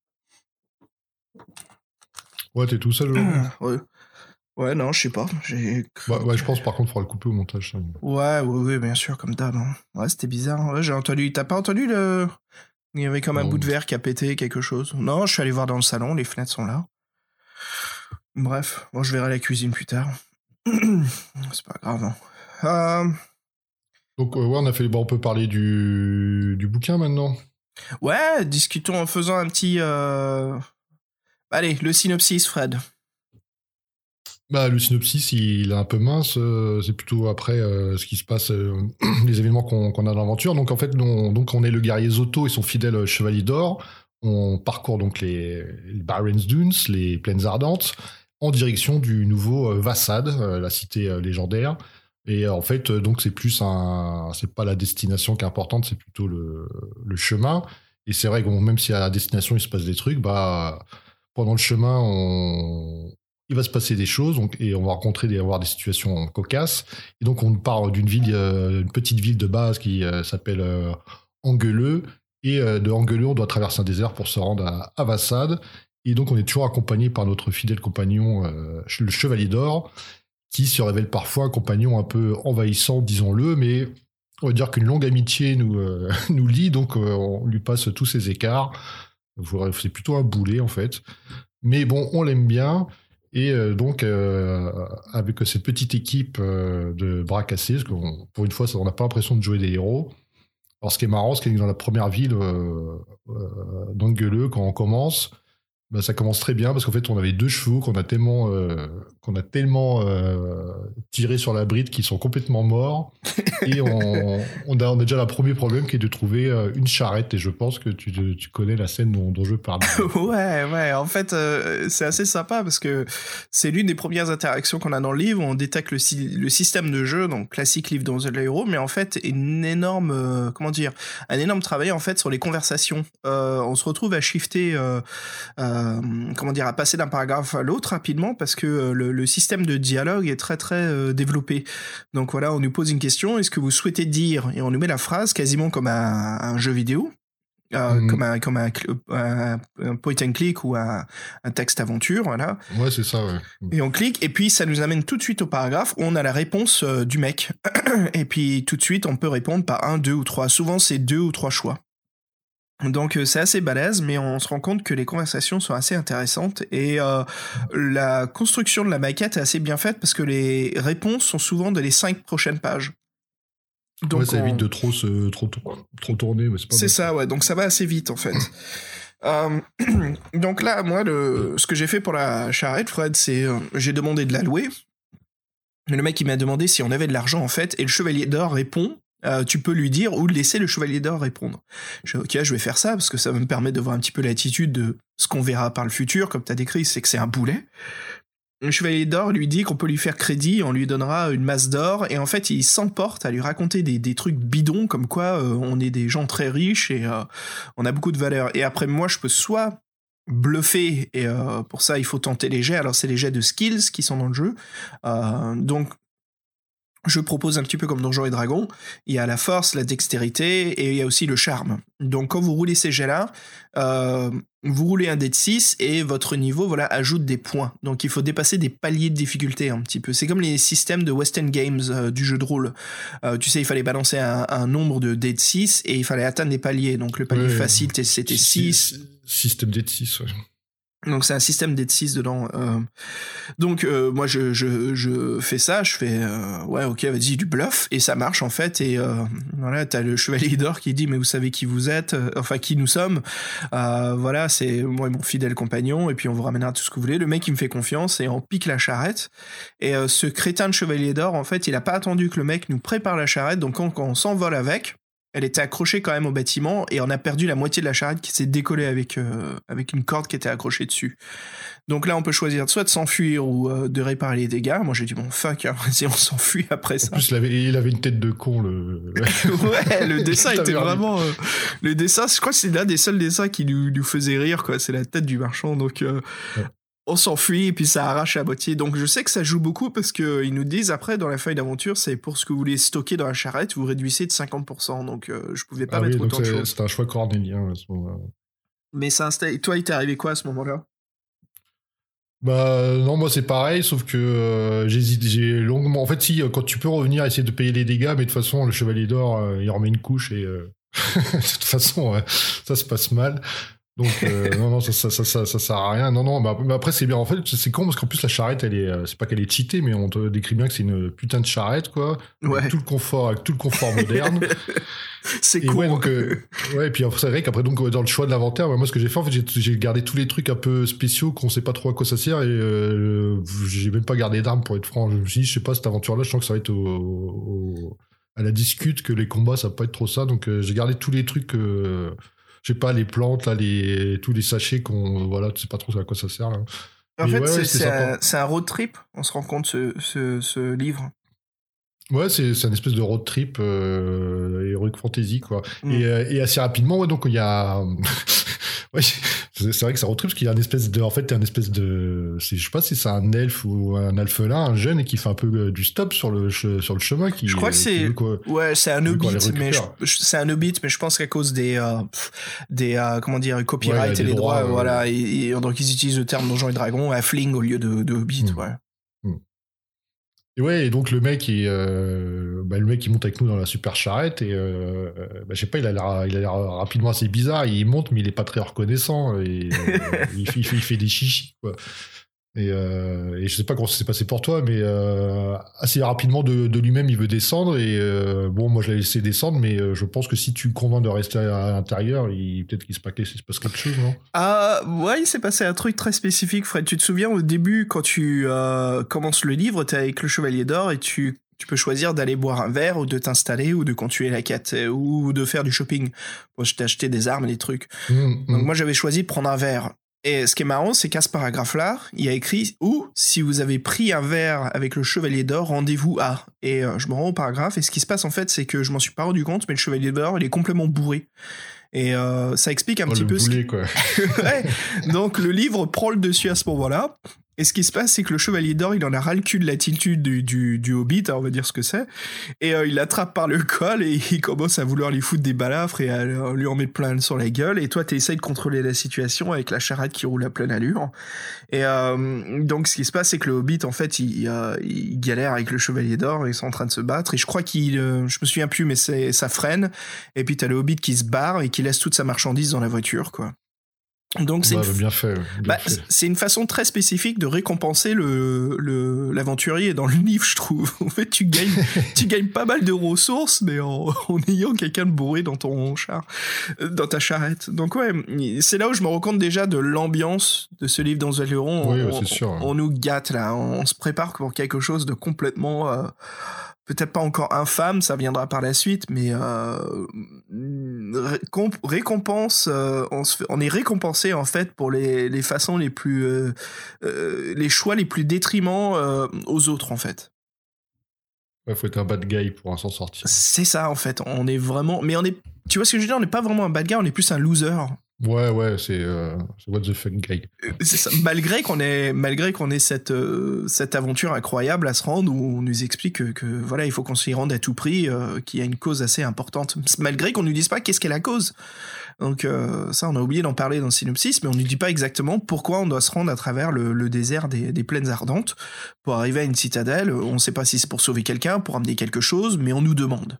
Ouais, t'es tout seul aujourd'hui. Ouais. Ouais, non, je sais pas. J'ai... Bah, ouais, je pense par contre, il faudra le couper au montage. Ça. Ouais, ouais, ouais, bien sûr, comme d'hab. Hein. Ouais, c'était bizarre. Ouais, j'ai entendu. T'as pas entendu le. Il y avait comme un Non. bout de verre qui a pété, quelque chose. Non, je suis allé voir dans le salon, les fenêtres sont là. Bref, bon, je verrai la cuisine plus tard. C'est pas grave. Hein. Euh... Donc, euh, ouais, on a fait. Bon, on peut parler du, du bouquin maintenant. Ouais, discutons en faisant un petit. Euh... Allez, le synopsis, Fred. Bah, le synopsis, il est un peu mince. Euh, c'est plutôt après euh, ce qui se passe, euh, les événements qu'on qu'on a dans l'aventure. Donc, en fait, on, donc, on est le guerrier Zoto et son fidèle chevalier d'or. On parcourt donc les, les Barrens Dunes, les plaines ardentes, en direction du nouveau euh, Vassad, euh, la cité euh, légendaire. Et euh, en fait, euh, donc c'est plus un, c'est pas la destination qui est importante, c'est plutôt le, le chemin. Et c'est vrai que bon, même si à la destination il se passe des trucs, bah pendant le chemin, on, il va se passer des choses, donc, et on va rencontrer des, avoir des situations cocasses. Et donc on part d'une ville, euh, une petite ville de base qui euh, s'appelle euh, Angueleux. Et euh, de Angueleux, on doit traverser un désert pour se rendre à, à Vassad. Et donc on est toujours accompagné par notre fidèle compagnon, euh, le Chevalier d'Or, qui se révèle parfois un compagnon un peu envahissant, disons-le, mais on va dire qu'une longue amitié nous, euh, nous lie, donc euh, on lui passe tous ses écarts. C'est plutôt un boulet, en fait. Mais bon, on l'aime bien. Et euh, donc, euh, avec cette petite équipe euh, de bras cassés, parce que pour une fois, ça, on n'a pas l'impression de jouer des héros. Alors, ce qui est marrant, c'est que dans la première ville euh, euh, d'Angueleux, quand on commence, bah, ça commence très bien parce qu'en fait on avait deux chevaux qu'on a tellement euh, qu'on a tellement euh, tiré sur la bride qu'ils sont complètement morts et on, on, a, on a déjà le premier problème qui est de trouver euh, une charrette et je pense que tu, tu connais la scène dont, dont je parle. Ouais, ouais, en fait euh, c'est assez sympa parce que c'est l'une des premières interactions qu'on a dans le livre où on détecte le, le système de jeu, donc classique livre dans The Hero, mais en fait une énorme, euh, comment dire, un énorme travail en fait sur les conversations. Euh, on se retrouve à shifter euh, Euh, comment dire, à passer d'un paragraphe à l'autre rapidement parce que euh, le, le système de dialogue est très très euh, développé. Donc voilà, on nous pose une question, est-ce que vous souhaitez dire, et on nous met la phrase quasiment comme un, un jeu vidéo, euh, mmh. comme, un, comme un, un, un point and click ou un, un texte aventure, voilà. Ouais, c'est ça, ouais. Et on clique, et puis ça nous amène tout de suite au paragraphe où on a la réponse euh, du mec. Et puis tout de suite, on peut répondre par un, deux ou trois. Souvent, c'est deux ou trois choix. Donc c'est assez balèze, mais on se rend compte que les conversations sont assez intéressantes et euh, la construction de la maquette est assez bien faite parce que les réponses sont souvent dans les cinq prochaines pages. Donc ouais, ça on... évite de trop, se, trop, trop tourner. Mais c'est pas c'est ça, ouais, donc ça va assez vite en fait. euh, donc là, moi, le, ce que j'ai fait pour la charrette, Fred, c'est euh, j'ai demandé de la louer. Le mec, il m'a demandé si on avait de l'argent en fait, et le Chevalier d'Or répond... Euh, tu peux lui dire ou laisser le Chevalier d'Or répondre. Je dis, ok, je vais faire ça parce que ça va me permettre de voir un petit peu l'attitude de ce qu'on verra par le futur, comme tu as décrit, c'est que c'est un boulet. Le Chevalier d'Or lui dit qu'on peut lui faire crédit, on lui donnera une masse d'or, et en fait, il s'emporte à lui raconter des, des trucs bidons, comme quoi euh, on est des gens très riches et euh, on a beaucoup de valeur. Et après, moi, je peux soit bluffer, et euh, pour ça, il faut tenter les jets. Alors, c'est les jets de skills qui sont dans le jeu. Euh, donc, je propose un petit peu comme Donjons et Dragons, il y a la force, la dextérité, et il y a aussi le charme. Donc quand vous roulez ces jets-là, euh, vous roulez un dé de six, et votre niveau voilà, ajoute des points. Donc il faut dépasser des paliers de difficulté un petit peu. C'est comme les systèmes de West End Games euh, du jeu de rôle. Euh, tu sais, il fallait balancer un, un nombre de dés de six, et il fallait atteindre des paliers. Donc le palier ouais, facile, c'était six. Système dé de six, ouais. Donc c'est un système dé de six dedans. Euh, donc euh, moi je, je, je fais ça, je fais euh, ouais ok vas-y du bluff et ça marche en fait et euh, voilà t'as le Chevalier d'Or qui dit mais vous savez qui vous êtes, euh, enfin qui nous sommes, euh, voilà c'est moi et mon fidèle compagnon et puis on vous ramènera tout ce que vous voulez. Le mec il me fait confiance et on pique la charrette et euh, ce crétin de Chevalier d'Or en fait il a pas attendu que le mec nous prépare la charrette donc quand, quand on s'envole avec, elle était accrochée quand même au bâtiment et on a perdu la moitié de la charrette qui s'est décollée avec, euh, avec une corde qui était accrochée dessus. Donc là, on peut choisir soit de s'enfuir ou euh, de réparer les dégâts. Moi, j'ai dit, bon, fuck, hein, si on s'enfuit après ça. En plus, il avait, il avait une tête de con, le... ouais, le dessin était vraiment... Euh, le dessin, je crois que c'est l'un des seuls dessins qui nous, nous faisait rire, quoi. C'est la tête du marchand, donc... Euh, ouais. On s'enfuit et puis ça arrache la moitié. Donc je sais que ça joue beaucoup parce qu'ils nous disent après dans la feuille d'aventure, c'est pour ce que vous voulez stocker dans la charrette, vous réduisez de cinquante pour cent. Donc euh, je pouvais pas ah mettre oui, autant donc de choses. C'est un choix cornélien à ce moment-là. Mais ça installe... toi, il t'est arrivé quoi à ce moment-là? Bah non, moi c'est pareil, sauf que euh, j'hésite, j'ai longuement... En fait si, quand tu peux revenir essayer de payer les dégâts, mais de toute façon le Chevalier d'Or, euh, il remet une couche et... Euh... de toute façon, ouais, ça se passe mal. Donc euh, non non ça ça, ça ça ça sert à rien. Non non bah, bah après c'est bien en fait c'est con parce qu'en plus la charrette elle est c'est pas qu'elle est cheatée mais on te décrit bien que c'est une putain de charrette quoi. Ouais. Avec tout le confort avec tout le confort moderne. C'est et cool. Ouais donc euh, ouais et puis c'est vrai qu'après donc dans le choix de l'inventaire moi ce que j'ai fait en fait j'ai, j'ai gardé tous les trucs un peu spéciaux qu'on sait pas trop à quoi ça sert et euh, j'ai même pas gardé d'armes pour être franc. Je me suis dit je sais pas cette aventure là je sens que ça va être au, au, à la discute que les combats ça va pas être trop ça donc euh, j'ai gardé tous les trucs euh, je sais pas, les plantes, là, les, tous les sachets qu'on, voilà, tu sais pas trop à quoi ça sert, là. En Mais fait, ouais, c'est, ouais, c'est, un, c'est un road trip, on se rend compte, ce, ce, ce livre. Ouais, c'est, c'est une espèce de road trip, euh, Heroic Fantasy, quoi. Mm. Et, euh, et assez rapidement, ouais, donc il y a... ouais, c'est, c'est vrai que c'est un road trip, parce qu'il y a une espèce de... En fait, t'es un espèce de... C'est, je sais pas si c'est un elfe ou un alphelin, un jeune, et qui fait un peu euh, du stop sur le, che, sur le chemin. Qui, je crois que c'est... Quoi, ouais, c'est un hobbit, mais je, c'est un hobbit, mais je pense qu'à cause des... Euh, des euh, comment dire, copyright ouais, et les droits, droits euh, voilà, et, et, donc ils utilisent le terme Donjons et Dragons, Halfling au lieu de, de hobbit, mm. ouais. Mm. Et ouais, et donc le mec, il, euh, bah, le mec, il monte avec nous dans la super charrette et euh, bah, je sais pas, il a l'air, il a l'air rapidement assez bizarre. Il monte, mais il est pas très reconnaissant. Et, euh, il, fait, il, fait, il fait des chichis, quoi. Et, euh, et je sais pas comment ça s'est passé pour toi, mais euh, assez rapidement de, de lui-même, il veut descendre. Et euh, bon, moi, je l'ai laissé descendre, mais euh, je pense que si tu le convaincs de rester à l'intérieur, il, peut-être qu'il se passe, il se passe quelque chose, non ? Ah, ouais, il s'est passé un truc très spécifique, Fred. Tu te souviens, au début, quand tu euh, commences le livre, t'es avec le Chevalier d'Or et tu, tu peux choisir d'aller boire un verre ou de t'installer ou de continuer la quête ou de faire du shopping. Moi, je t'ai acheté des armes, des trucs. Mmh, Donc, mmh. moi, j'avais choisi de prendre un verre. Et ce qui est marrant, c'est qu'à ce paragraphe-là, il y a écrit « Ou, si vous avez pris un verre avec le Chevalier d'Or, rendez-vous à... » Et euh, je me rends au paragraphe, et ce qui se passe, en fait, c'est que je m'en suis pas rendu compte, mais le Chevalier d'Or, il est complètement bourré. Et euh, ça explique un oh, petit le peu... boulet, ce qui... quoi. ouais. Donc, le livre prend le dessus à ce moment-là. Et ce qui se passe, c'est que le Chevalier d'Or, il en a ras le cul de l'attitude du, du, du Hobbit, hein, on va dire ce que c'est, et euh, il l'attrape par le col et il commence à vouloir lui foutre des balafres et à lui en mettre plein sur la gueule, et toi, t'essayes de contrôler la situation avec la charrette qui roule à pleine allure. Et euh, donc, ce qui se passe, c'est que le Hobbit, en fait, il, euh, il galère avec le Chevalier d'Or, ils sont en train de se battre, et je crois qu'il, euh, je me souviens plus, mais c'est, ça freine, et puis t'as le Hobbit qui se barre et qui laisse toute sa marchandise dans la voiture, quoi. Donc c'est, bah, une... bien fait, bien bah, fait. c'est une façon très spécifique de récompenser le, le, l'aventurier dans le livre, je trouve. En fait, tu gagnes, tu gagnes pas mal de ressources, mais en, en ayant quelqu'un de bourré dans ton char, dans ta charrette. Donc ouais, c'est là où je me rends compte déjà de l'ambiance de ce livre dans Zalieron. Oui, on, c'est sûr. On, on nous gâte là, on se prépare pour quelque chose de complètement... Euh, peut-être pas encore infâme, ça viendra par la suite, mais euh, récomp- récompense, euh, on, se fait, on est récompensé en fait pour les, les façons les plus, euh, euh, les choix les plus détriments euh, aux autres en fait. Ouais, faut être un bad guy pour s'en sortir. C'est ça en fait, on est vraiment, mais on est, tu vois ce que je veux dire, on n'est pas vraiment un bad guy, on est plus un loser. Ouais, ouais, c'est, euh, c'est what the fuck guy. C'est ça. Malgré qu'on ait, malgré qu'on ait cette, euh, cette aventure incroyable à se rendre où on nous explique que, que voilà, il faut qu'on s'y rende à tout prix, euh, qu'il y a une cause assez importante. Malgré qu'on nous dise pas qu'est-ce qu'est la cause. Donc, euh, ça, on a oublié d'en parler dans le synopsis, mais on nous dit pas exactement pourquoi on doit se rendre à travers le, le désert des, des plaines ardentes pour arriver à une citadelle. On sait pas si c'est pour sauver quelqu'un, pour amener quelque chose, mais on nous demande.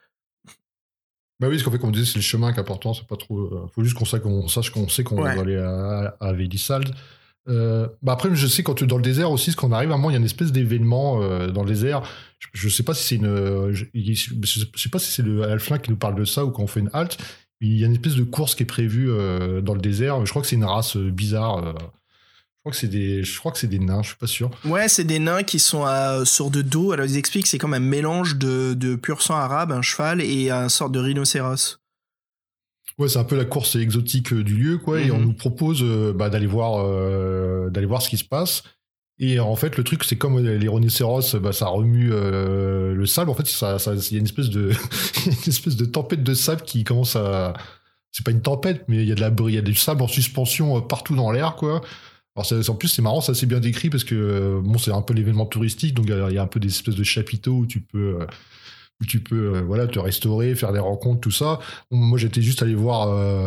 Bah oui, ce qu'en fait, comme on disait, c'est le chemin qui est important, c'est pas trop. Euh, faut juste qu'on sache qu'on, sache qu'on sait qu'on ouais. va aller à, à Vélissald. Euh, bah après, je sais quand tu es dans le désert aussi, ce qu'on arrive à un moment, il y a une espèce d'événement euh, dans le désert. Je, je sais pas si c'est une. Je, je sais pas si c'est le Halfling qui nous parle de ça ou quand on fait une halte. Il y a une espèce de course qui est prévue euh, dans le désert. Je crois que c'est une race euh, bizarre. Euh, Je crois que c'est des, je crois que c'est des nains, je suis pas sûr. Ouais, c'est des nains qui sont à sorte de dos. Alors ils expliquent que c'est comme un mélange de, de pur sang arabe, un cheval et un sorte de rhinocéros. Ouais, c'est un peu la course exotique du lieu, quoi. Mm-hmm. Et on nous propose euh, bah, d'aller voir, euh, d'aller voir ce qui se passe. Et en fait, le truc, c'est comme les rhinocéros, bah, ça remue euh, le sable. En fait, ça, ça, il y a une espèce de, une espèce de tempête de sable qui commence à, c'est pas une tempête, mais il y a de la, il y a du sable en suspension partout dans l'air, quoi. Alors c'est, en plus c'est marrant, c'est assez bien décrit parce que bon c'est un peu l'événement touristique, donc il y a un peu des espèces de chapiteaux où tu peux où tu peux voilà te restaurer, faire des rencontres, tout ça. Bon, moi j'étais juste allé voir euh...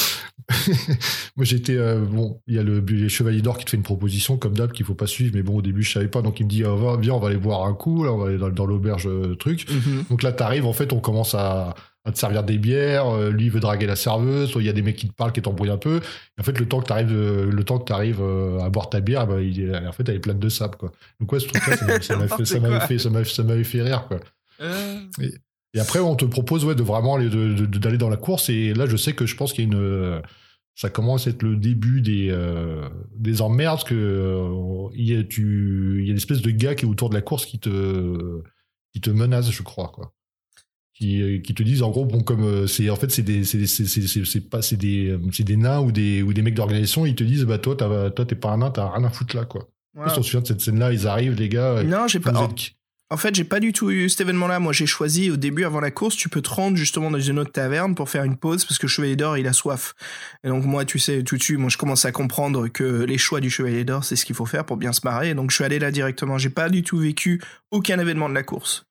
moi j'étais euh, bon il y a le les Chevaliers d'Or qui te fait une proposition comme d'hab qu'il faut pas suivre, mais bon au début je savais pas, donc il me dit oh, viens on va aller boire un coup, là on va aller dans, dans l'auberge euh, truc. Mm-hmm. Donc là t'arrives en fait, on commence à à te servir des bières, euh, lui il veut draguer la serveuse, soit il y a des mecs qui te parlent, qui t'embrouillent un peu. Et en fait, le temps que t'arrives, euh, le temps que t'arrives euh, à boire ta bière, bah, il, en fait, elle est pleine de sable, quoi. Donc ouais, ce truc-là, ça m'avait, ça m'avait fait, ça m'avait fait, ça m'avait, ça m'avait fait rire, quoi. Euh... Et, et après, on te propose ouais, de vraiment aller, de, de, d'aller dans la course. Et là, je sais que je pense qu'il y a une, ça commence à être le début des, euh, des emmerdes, parce que euh, il y a, tu, il y a une espèce de gars qui est autour de la course qui te, qui te menace, je crois, quoi. Qui, qui te disent en gros bon comme c'est en fait c'est des c'est c'est c'est c'est, c'est pas c'est des c'est des nains ou des ou des mecs d'organisation, ils te disent bah toi t'as, toi t'es pas un nain, t'as rien à foutre là, quoi. Wow. Je me souviens de cette scène là, ils arrivent les gars. Non, j'ai pas. En, en fait, j'ai pas du tout eu cet événement là. Moi, j'ai choisi au début avant la course, tu peux te rendre justement dans une autre taverne pour faire une pause parce que le Chevalier d'Or il a soif. Et donc moi, tu sais, tout de suite, moi je commence à comprendre que les choix du Chevalier d'Or c'est ce qu'il faut faire pour bien se marrer. Donc je suis allé là directement. J'ai pas du tout vécu aucun événement de la course.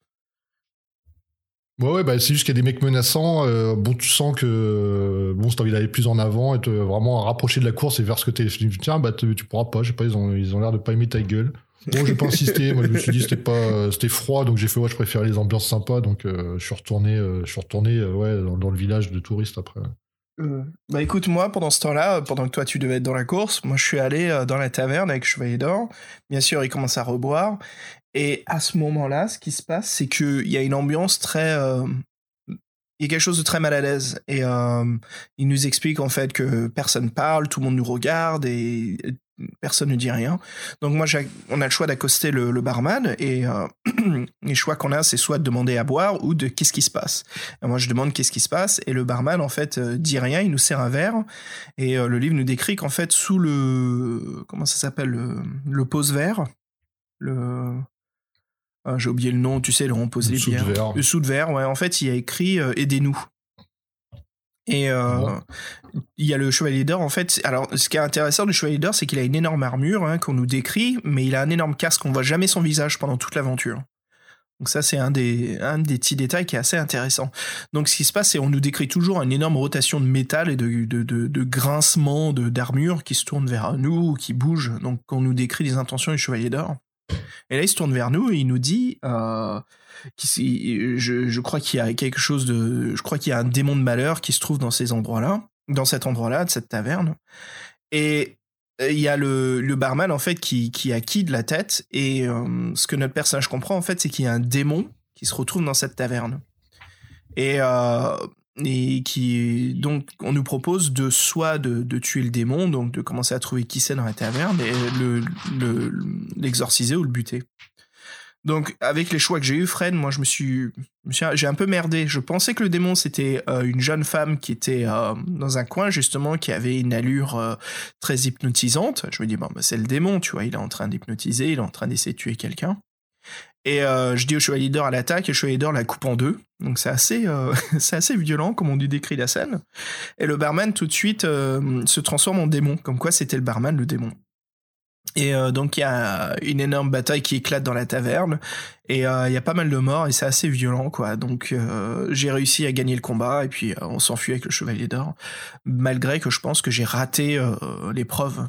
Ouais, ouais, bah, c'est juste qu'il y a des mecs menaçants. Euh, bon, tu sens que bon, si t'as envie d'aller plus en avant et te vraiment rapprocher de la course et vers ce que t'es. Tiens, bah, tu pourras pas. Je sais pas, ils ont, ils ont l'air de pas aimer ta gueule. Bon, j'ai pas insisté. Moi, je me suis dit c'était pas, c'était froid, donc j'ai fait ouais, je préfère les ambiances sympas, donc euh, je suis retourné, euh, je suis retourné, euh, ouais, dans, dans le village de touristes après. Euh, bah écoute, moi, pendant ce temps-là, pendant que toi tu devais être dans la course, moi je suis allé euh, dans la taverne avec Chevalier d'Or. Bien sûr, il commence à reboire. Et à ce moment-là, ce qui se passe, c'est qu'il y a une ambiance très... Euh, il y a quelque chose de très mal à l'aise. Et euh, il nous explique en fait que personne parle, tout le monde nous regarde et personne ne dit rien. Donc moi, j'ai, on a le choix d'accoster le, le barman et euh, les choix qu'on a, c'est soit de demander à boire ou de qu'est-ce qui se passe. Et moi, je demande qu'est-ce qui se passe et le barman, en fait, euh, dit rien, il nous sert un verre et euh, le livre nous décrit qu'en fait, sous le... Comment ça s'appelle le, le pose-verre, le... Ah, j'ai oublié le nom, tu sais, le on pose les bières. De le sous de verre, ouais. En fait, il y a écrit euh, aidez-nous. Et euh, bon. Il y a le Chevalier d'Or, en fait. Alors, ce qui est intéressant du Chevalier d'Or, c'est qu'il a une énorme armure hein, qu'on nous décrit, mais il a un énorme casque. On voit jamais son visage pendant toute l'aventure. Donc ça, c'est un des, un des petits détails qui est assez intéressant. Donc ce qui se passe, c'est qu'on nous décrit toujours une énorme rotation de métal et de, de, de, de grincement de, d'armure qui se tourne vers nous, qui bouge. Donc on nous décrit les intentions du Chevalier d'Or. Et là, il se tourne vers nous et il nous dit, euh, je, je crois qu'il y a quelque chose de, je crois qu'il y a un démon de malheur qui se trouve dans ces endroits-là, dans cet endroit-là, de cette taverne. Et il y a le, le barman en fait qui, qui acquitte la tête et euh, ce que notre personnage comprend en fait, c'est qu'il y a un démon qui se retrouve dans cette taverne. Et euh, et qui donc on nous propose de soit de, de tuer le démon, donc de commencer à trouver qui c'est dans la taverne et le, le, l'exorciser ou le buter. Donc avec les choix que j'ai eu, Fred, moi je me suis, je me suis j'ai un peu merdé. Je pensais que le démon c'était euh, une jeune femme qui était euh, dans un coin justement, qui avait une allure euh, très hypnotisante. Je me dis bon bah c'est le démon, tu vois, il est en train d'hypnotiser, il est en train d'essayer de tuer quelqu'un. Et euh, je dis au Chevalier d'Or à l'attaque, et le Chevalier d'Or la coupe en deux. Donc c'est assez, euh, c'est assez violent, comme on lui décrit la scène. Et le barman, tout de suite, euh, se transforme en démon, comme quoi c'était le barman, le démon. Et euh, donc il y a une énorme bataille qui éclate dans la taverne, et il euh, y a pas mal de morts, et c'est assez violent, quoi. Donc euh, j'ai réussi à gagner le combat, et puis euh, on s'enfuit avec le Chevalier d'Or, malgré que je pense que j'ai raté euh, l'épreuve.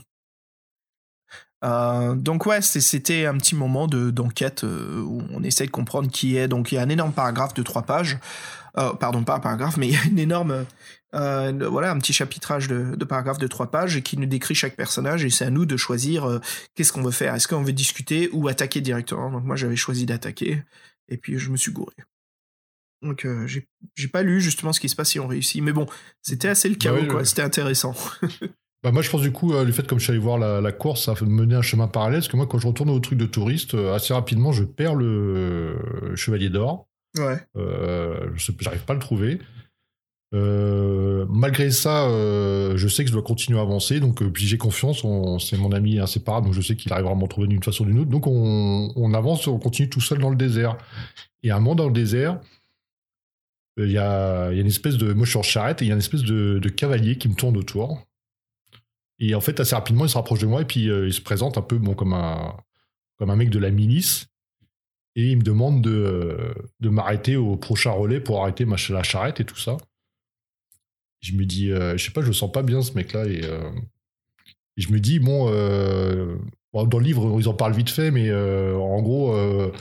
Euh, donc ouais, c'était un petit moment de, d'enquête euh, où on essaie de comprendre qui est. Donc il y a un énorme paragraphe de trois pages, euh, pardon pas un paragraphe, mais il y a une énorme, euh, voilà, un petit chapitrage de, de paragraphe de trois pages et qui nous décrit chaque personnage et c'est à nous de choisir euh, qu'est-ce qu'on veut faire. Est-ce qu'on veut discuter ou attaquer directement? Donc moi j'avais choisi d'attaquer et puis je me suis gouré. Donc euh, j'ai, j'ai pas lu justement ce qui se passe si on réussit, mais bon, c'était assez le chaos, bah oui, quoi. Ouais. C'était intéressant. Bah moi je pense du coup euh, le fait comme je suis allé voir la, la course, ça a mené un chemin parallèle, parce que moi quand je retourne au truc de touriste, euh, assez rapidement je perds le euh, Chevalier d'Or. Ouais. Euh, je sais, j'arrive pas à le trouver. Euh, malgré ça, euh, je sais que je dois continuer à avancer, donc euh, puis j'ai confiance, on, c'est mon ami inséparable, donc je sais qu'il arrivera à m'en trouver d'une façon ou d'une autre, donc on, on avance, on continue tout seul dans le désert. Et à un moment dans le désert, il y a, y a une espèce de... Moi je suis en charrette, et il y a une espèce de, de cavalier qui me tourne autour. Et en fait, assez rapidement, il se rapproche de moi et puis euh, il se présente un peu bon, comme, un, comme un mec de la milice. Et il me demande de, euh, de m'arrêter au prochain relais pour arrêter ma, la charrette et tout ça. Je me dis, euh, je sais pas, je le sens pas bien ce mec-là. Et, euh, et je me dis, bon, euh, bon, dans le livre, ils en parlent vite fait, mais euh, en gros, euh,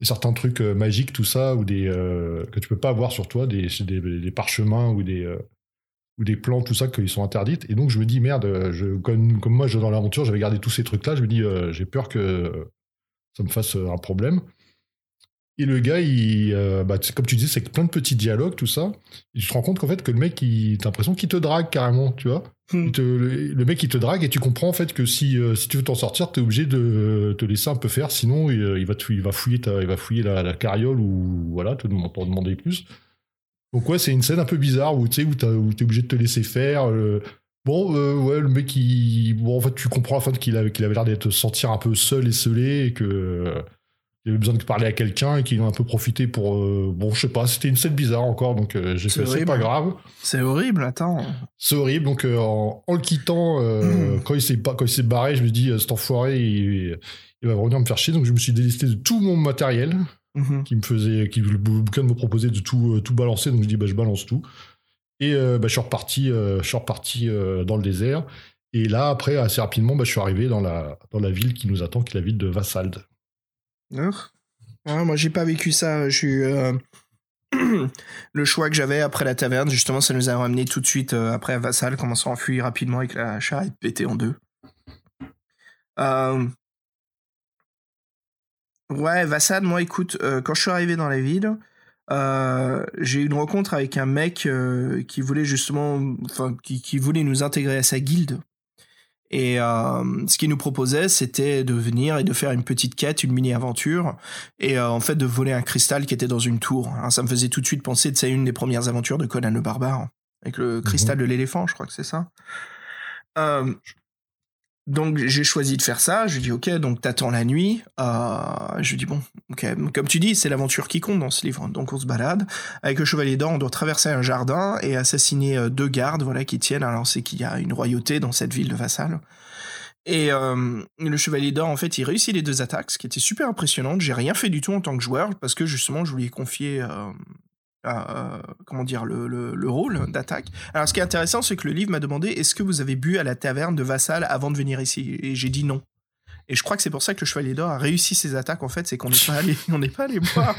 certains trucs euh, magiques, tout ça, ou des euh, que tu peux pas avoir sur toi, des, des, des parchemins ou des euh, ou des plans, tout ça, qui sont interdites. Et donc je me dis merde, je, comme, comme moi je, dans l'aventure, j'avais gardé tous ces trucs-là. Je me dis euh, j'ai peur que ça me fasse un problème. Et le gars, il, euh, bah, comme tu dis, c'est plein de petits dialogues, tout ça. Et tu te rends compte qu'en fait, que le mec, il, t'as l'impression qu'il te drague carrément, tu vois. Hmm. Il te, le, le mec, il te drague et tu comprends en fait que si, euh, si tu veux t'en sortir, t'es obligé de te laisser un peu faire, sinon il, il va, te, il va fouiller, ta, il va fouiller la, la carriole ou voilà, te, pour demander plus. Donc ouais, c'est une scène un peu bizarre où tu sais où, t'as, où t'es obligé de te laisser faire. Euh, bon, euh, ouais, le mec, il, bon, en fait, tu comprends à la fin qu'il avait, qu'il avait l'air d'être sentir un peu seul et scellé et que euh, il avait besoin de parler à quelqu'un et qu'il en a un peu profité pour... Euh, bon, je sais pas, c'était une scène bizarre encore, donc euh, j'ai C'est fait, c'est pas grave. C'est horrible, attends. C'est horrible, donc euh, en, en le quittant, euh, mmh. quand, il s'est, quand il s'est barré, je me dis, cet enfoiré, il, il va revenir me faire chier, donc je me suis délesté de tout mon matériel, mmh. qui me faisait, qui le bouquin me proposait de tout, tout balancer, donc je dis, bah, je balance tout. Et euh, bah, je suis reparti, euh, je suis reparti euh, dans le désert, et là, après, assez rapidement, bah, je suis arrivé dans la, dans la ville qui nous attend, qui est la ville de Vassald. Ah, moi j'ai pas vécu ça, je suis euh... le choix que j'avais après la taverne, justement ça nous a ramené tout de suite euh, après à Vassal, commençant à fuir rapidement avec la charrette pétée en deux. Euh... Ouais, Vassal, moi écoute, euh, quand je suis arrivé dans la ville, euh, j'ai eu une rencontre avec un mec euh, qui voulait justement, enfin qui, qui voulait nous intégrer à sa guilde. Et euh, ce qu'il nous proposait, c'était de venir et de faire une petite quête, une mini-aventure, et euh, en fait de voler un cristal qui était dans une tour. Alors, ça me faisait tout de suite penser, tu sais, une des premières aventures de Conan le Barbare, avec le cristal mmh. de l'éléphant, je crois que c'est ça. Euh, donc j'ai choisi de faire ça, je lui dis ok, donc t'attends la nuit, euh, je lui dis bon, ok, comme tu dis, c'est l'aventure qui compte dans ce livre, donc on se balade, avec le Chevalier d'Or, on doit traverser un jardin et assassiner deux gardes, voilà, qui tiennent, alors c'est qu'il y a une royauté dans cette ville de Vassal, et euh, le Chevalier d'Or, en fait, il réussit les deux attaques, ce qui était super impressionnant, j'ai rien fait du tout en tant que joueur, parce que justement, je lui ai confié... Euh, Euh, comment dire, le, le, le rôle d'attaque. Alors ce qui est intéressant, c'est que le livre m'a demandé est-ce que vous avez bu à la taverne de Vassal avant de venir ici, et j'ai dit non. Et je crois que c'est pour ça que le Chevalier d'Or a réussi ses attaques, en fait, c'est qu'on n'est pas allé, on n'est pas allé boire.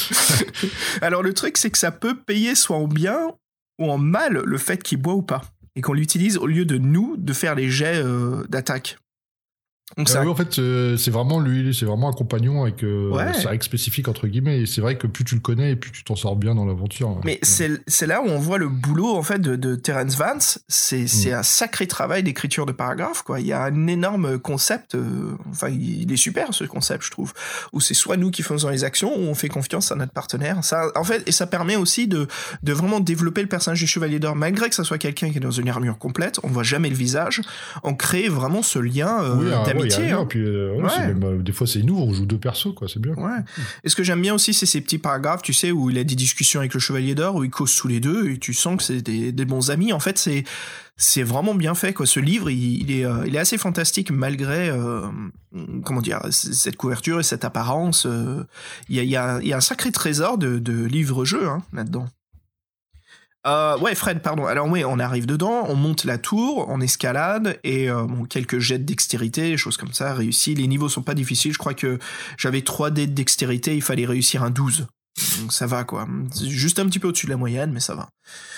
Alors le truc, c'est que ça peut payer soit en bien ou en mal le fait qu'il boit ou pas, et qu'on l'utilise au lieu de nous de faire les jets euh, d'attaque. Donc, euh, oui, en fait, euh, c'est vraiment lui, c'est vraiment un compagnon avec euh, ouais. sa règle spécifique entre guillemets. Et c'est vrai que plus tu le connais, et plus tu t'en sors bien dans l'aventure. Mais ouais. c'est, c'est là où on voit le boulot en fait de, de Terence Vance. C'est, mm. c'est un sacré travail d'écriture de paragraphes, quoi. Il y a un énorme concept. Euh, enfin, il est super ce concept, je trouve. Où c'est soit nous qui faisons les actions, ou on fait confiance à notre partenaire. Ça, en fait, et ça permet aussi de de vraiment développer le personnage du Chevalier d'Or, malgré que ça soit quelqu'un qui est dans une armure complète. On voit jamais le visage. On crée vraiment ce lien euh, oui, d'amitié. Ouais, hein. Puis, euh, ouais, ouais. C'est même, euh, des fois c'est nous, on joue deux persos, quoi, c'est bien. Ouais. Et ce que j'aime bien aussi, c'est ces petits paragraphes, tu sais, où il a des discussions avec le Chevalier d'Or, où ils causent tous les deux, et tu sens que c'est des, des bons amis. En fait, c'est c'est vraiment bien fait, quoi. Ce livre, il, il est euh, il est assez fantastique malgré euh, comment dire cette couverture et cette apparence. Euh, il y a il y a il y a un sacré trésor de de livres-jeux hein, là-dedans. Euh, ouais, Fred, pardon. Alors oui, on arrive dedans, on monte la tour, on escalade, et euh, bon, quelques jets de dextérité, des choses comme ça, réussi. Les niveaux sont pas difficiles, je crois que j'avais trois dés de dextérité, il fallait réussir un douze. Donc ça va, quoi. C'est juste un petit peu au-dessus de la moyenne, mais ça va.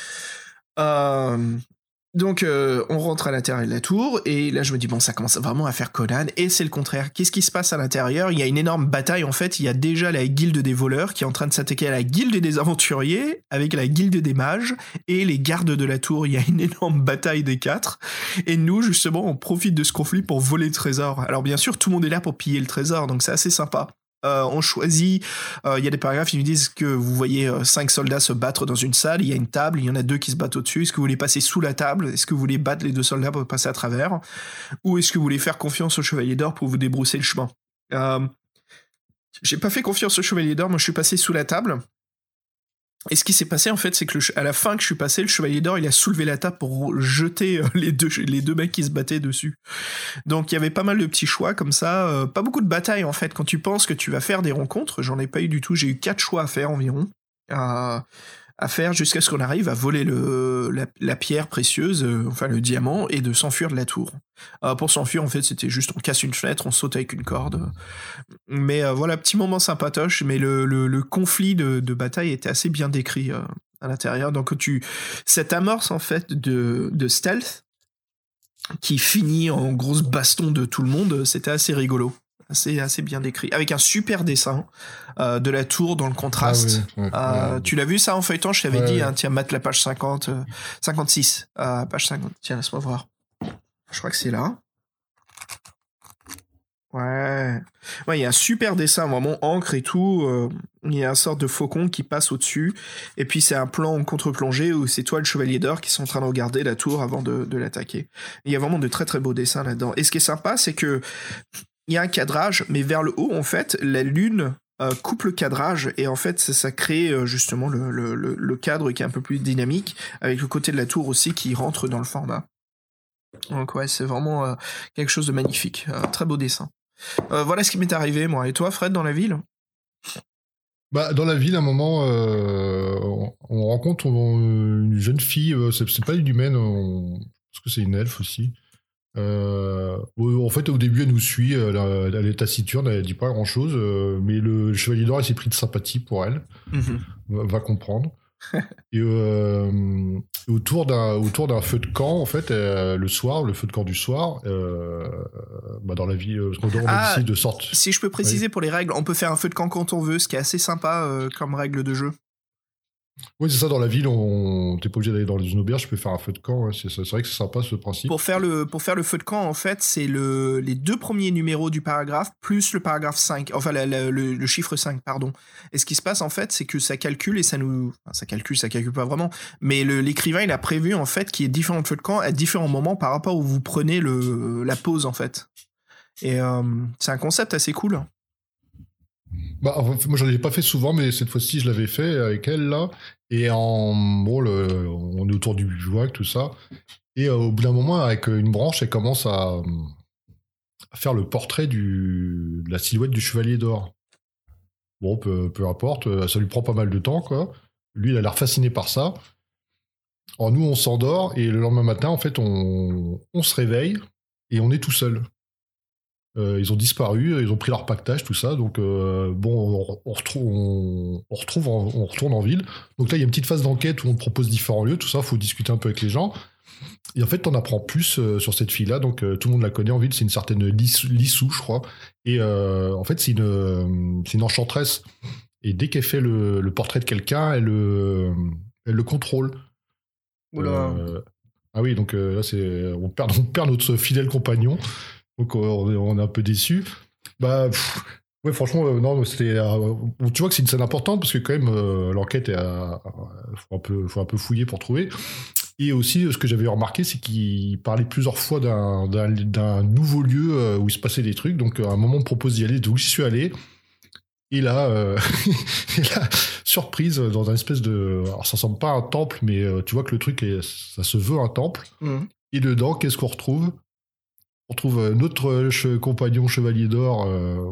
Euh... Donc euh, on rentre à l'intérieur de la tour, et là je me dis bon, ça commence vraiment à faire Conan, et c'est le contraire. Qu'est-ce qui se passe à l'intérieur ? Il y a une énorme bataille, en fait. Il y a déjà la guilde des voleurs qui est en train de s'attaquer à la guilde des aventuriers, avec la guilde des mages et les gardes de la tour. Il y a une énorme bataille des quatre, et nous justement on profite de ce conflit pour voler le trésor. Alors bien sûr tout le monde est là pour piller le trésor, donc c'est assez sympa. Euh, on choisit, il euh, y a des paragraphes qui nous disent que vous voyez euh, cinq soldats se battre dans une salle, il y a une table, il y en a deux qui se battent au-dessus, est-ce que vous voulez passer sous la table, est-ce que vous voulez battre les deux soldats pour passer à travers, ou est-ce que vous voulez faire confiance au Chevalier d'Or pour vous débrousser le chemin. euh, J'ai pas fait confiance au Chevalier d'Or, moi je suis passé sous la table. Et ce qui s'est passé en fait, c'est que le, à la fin que je suis passé, le Chevalier d'Or il a soulevé la table pour jeter les deux, les deux mecs qui se battaient dessus. Donc il y avait pas mal de petits choix comme ça, euh, pas beaucoup de batailles en fait. Quand tu penses que tu vas faire des rencontres, j'en ai pas eu du tout, j'ai eu quatre choix à faire environ. Euh, à faire jusqu'à ce qu'on arrive à voler le, la, la pierre précieuse, euh, enfin le diamant, et de s'enfuir de la tour. Euh, pour s'enfuir, en fait, c'était juste on casse une fenêtre, on saute avec une corde. Mais euh, voilà, petit moment sympatoche, mais le, le, le conflit de, de bataille était assez bien décrit euh, à l'intérieur. Donc tu, cette amorce en fait de, de stealth, qui finit en grosse baston de tout le monde, c'était assez rigolo. Assez, assez bien décrit, avec un super dessin euh, de la tour dans le contraste. Ah oui, ouais, euh, ouais. Tu l'as vu ça en feuilletant, je t'avais Ouais, dit, ouais. hein, tiens, mate la page cinquante, euh, cinquante-six, euh, page cinquante, tiens, laisse-moi voir. Je crois que c'est là. Ouais. Ouais, il y a un super dessin, vraiment encre et tout. Euh, il y a une sorte de faucon qui passe au-dessus. Et puis c'est un plan en contre-plongée où c'est toi, le chevalier d'or, qui sont en train de regarder la tour avant de, de l'attaquer. Il y a vraiment de très très beaux dessins là-dedans. Et ce qui est sympa, c'est que il y a un cadrage, mais vers le haut, en fait, la lune euh, coupe le cadrage, et en fait, ça, ça crée euh, justement le, le, le, le cadre qui est un peu plus dynamique, avec le côté de la tour aussi qui rentre dans le format. Donc ouais, c'est vraiment euh, quelque chose de magnifique. Euh, très beau dessin. Euh, voilà ce qui m'est arrivé, moi. Et toi, Fred, dans la ville ? Bah, dans la ville, à un moment, euh, on, on rencontre on- une jeune fille, euh, c'est, c'est pas une humaine, on- parce que c'est une elfe aussi. Euh, en fait, au début, elle nous suit, elle, a- elle est taciturne, elle dit pas grand-chose, euh, mais le chevalier d'or, il s'est pris de sympathie pour elle, Mm-hmm. va, va comprendre. Et euh, autour d'un autour d'un feu de camp, en fait, euh, le soir, le feu de camp du soir, euh, bah dans la ville, euh, on a Ah, décidé de sortir. Si je peux préciser Oui. pour les règles, on peut faire un feu de camp quand on veut, ce qui est assez sympa euh, comme règle de jeu. Oui, c'est ça, dans la ville, on t'es pas obligé d'aller dans une auberge, tu peux faire un feu de camp, ouais, c'est, c'est vrai que c'est sympa ce principe. Pour faire le, pour faire le feu de camp, en fait, c'est le, les deux premiers numéros du paragraphe, plus le paragraphe cinq, enfin la, la, le, le chiffre cinq, pardon. Et ce qui se passe, en fait, c'est que ça calcule et ça nous... Enfin, ça calcule, ça calcule pas vraiment, mais le, l'écrivain, il a prévu, en fait, qu'il y ait différents feux de camp à différents moments par rapport où vous prenez le, la pause, en fait. Et euh, c'est un concept assez cool. Bah, en fait, moi, j'en ai pas fait souvent, mais cette fois-ci, je l'avais fait avec elle, là. Et en bon, le, on est autour du bivouac, tout ça. Et euh, au bout d'un moment, avec une branche, elle commence à, à faire le portrait du, de la silhouette du chevalier d'or. Bon, peu, peu importe, ça lui prend pas mal de temps, quoi. Lui, il a l'air fasciné par ça. Alors, nous, on s'endort, et le lendemain matin, en fait, on, on se réveille, et on est tout seul. Euh, ils ont disparu, ils ont pris leur pactage, tout ça. Donc, euh, bon, on, on, retrouve, on, on, retrouve en, on retourne en ville. Donc là, il y a une petite phase d'enquête où on te propose différents lieux, tout ça. Il faut discuter un peu avec les gens. Et en fait, t'en apprends plus euh, sur cette fille-là. Donc, euh, tout le monde la connaît en ville. C'est une certaine Lissou, je crois. Et euh, en fait, c'est une, euh, c'est une enchanteresse. Et dès qu'elle fait le, le portrait de quelqu'un, elle, euh, elle le contrôle. Oula. Euh, ah oui, donc euh, là, c'est, on, perd, on perd notre fidèle compagnon. Donc on est, on est un peu déçus. Bah, pff, ouais, franchement, euh, non, c'était. Euh, tu vois que c'est une scène importante parce que quand même euh, l'enquête est, euh, faut un peu, faut un peu fouiller pour trouver. Et aussi, ce que j'avais remarqué, c'est qu'il parlait plusieurs fois d'un, d'un, d'un nouveau lieu euh, où il se passait des trucs. Donc à un moment, on me propose d'y aller, donc j'y suis allé. Et là, euh, et là, surprise, dans un espèce de. Alors ça ressemble pas à un temple, mais euh, tu vois que le truc, est, ça se veut un temple. Mmh. Et dedans, qu'est-ce qu'on retrouve ? On trouve notre che- compagnon chevalier d'or euh,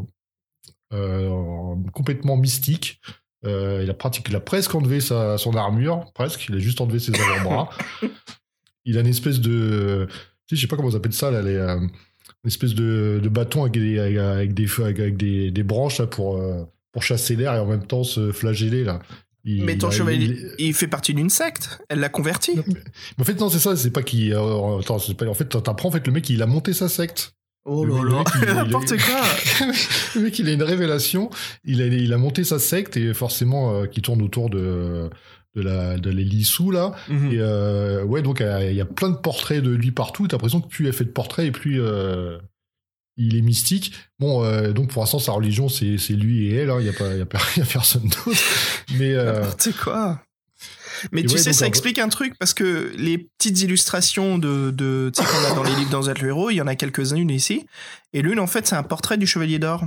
euh, complètement mystique. Euh, il, a pratiqué, il a presque enlevé sa, son armure, presque. Il a juste enlevé ses avant-bras. Il a une espèce de... Tu sais, je sais pas comment on appelle ça, là, les, euh, une espèce de, de bâton avec des, avec, avec des, avec, avec des, des branches là, pour, euh, pour chasser l'air et en même temps se flageller, là. Il, mais ton il, chevalier, il, il fait partie d'une secte. Elle l'a converti. Mais, mais en fait, non, c'est ça. C'est pas qu'il. Euh, attends, c'est pas. En fait, t'apprends en fait le mec, il a monté sa secte. Oh là là, n'importe quoi. Le mec, il a une révélation. Il a, il a monté sa secte et forcément euh, qui tourne autour de de la de l'Elissou là. Mm-hmm. Et euh, ouais, donc il y a plein de portraits de lui partout. T'as l'impression que plus il a fait de portraits et plus euh, il est mystique. Bon, euh, donc pour l'instant, sa religion, c'est, c'est lui et elle. Il hein, n'y a, pas, y a, y a personne d'autre. Mais euh... n'importe quoi. Mais et tu ouais, sais, ça un... explique un truc, parce que les petites illustrations de, de tu sais, qu'on a dans les livres dans le héros, il y en a quelques-unes ici. Et l'une, en fait, c'est un portrait du Chevalier d'Or.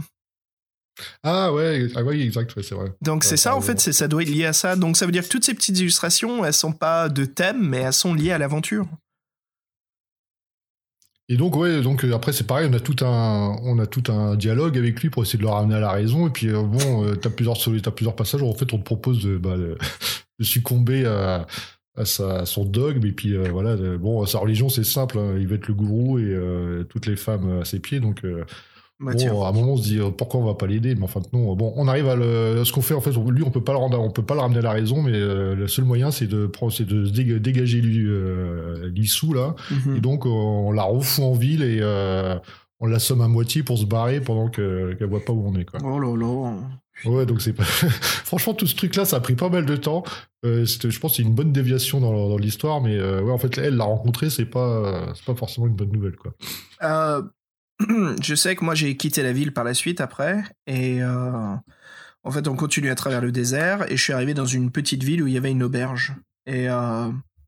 Ah ouais, ah ouais exact, ouais, c'est vrai. Donc c'est ça, en fait, c'est, ça doit être lié à ça. Donc ça veut dire que toutes ces petites illustrations, elles sont pas de thème, mais elles sont liées à l'aventure. Et donc ouais, donc après c'est pareil, on a tout un, on a tout un dialogue avec lui pour essayer de le ramener à la raison. Et puis euh, bon, euh, t'as plusieurs, t'as plusieurs passages où en fait on te propose de, bah, de, de succomber à, à, sa, à son dogme. Et puis, euh, voilà, euh, bon, sa religion, c'est simple. Hein, il veut être le gourou et euh, toutes les femmes à ses pieds. Donc, euh, Bah, bon, tiens. à un moment, on se dit euh, pourquoi on va pas l'aider. Mais enfin, non. Bon, on arrive à le. Ce qu'on fait, en fait, lui, on peut pas le rendre, on peut pas le ramener à la raison. Mais euh, le seul moyen, c'est de prendre, c'est de se dég- dégager lui, euh, l'issue là. Mhm. Et donc, on la refout en ville et euh, on l'assomme à moitié pour se barrer pendant que, qu'elle voit pas où on est, quoi. Oh là là. Ouais, donc c'est pas. Franchement, tout ce truc-là, ça a pris pas mal de temps. Euh, c'était- je pense que c'est une bonne déviation dans, dans l'histoire, mais euh, ouais, en fait, elle l'a rencontré, c'est pas, c'est pas forcément une bonne nouvelle, quoi. Euh, je sais que moi j'ai quitté la ville par la suite après, et euh, en fait on continue à travers le désert, et je suis arrivé dans une petite ville où il y avait une auberge. Et, euh,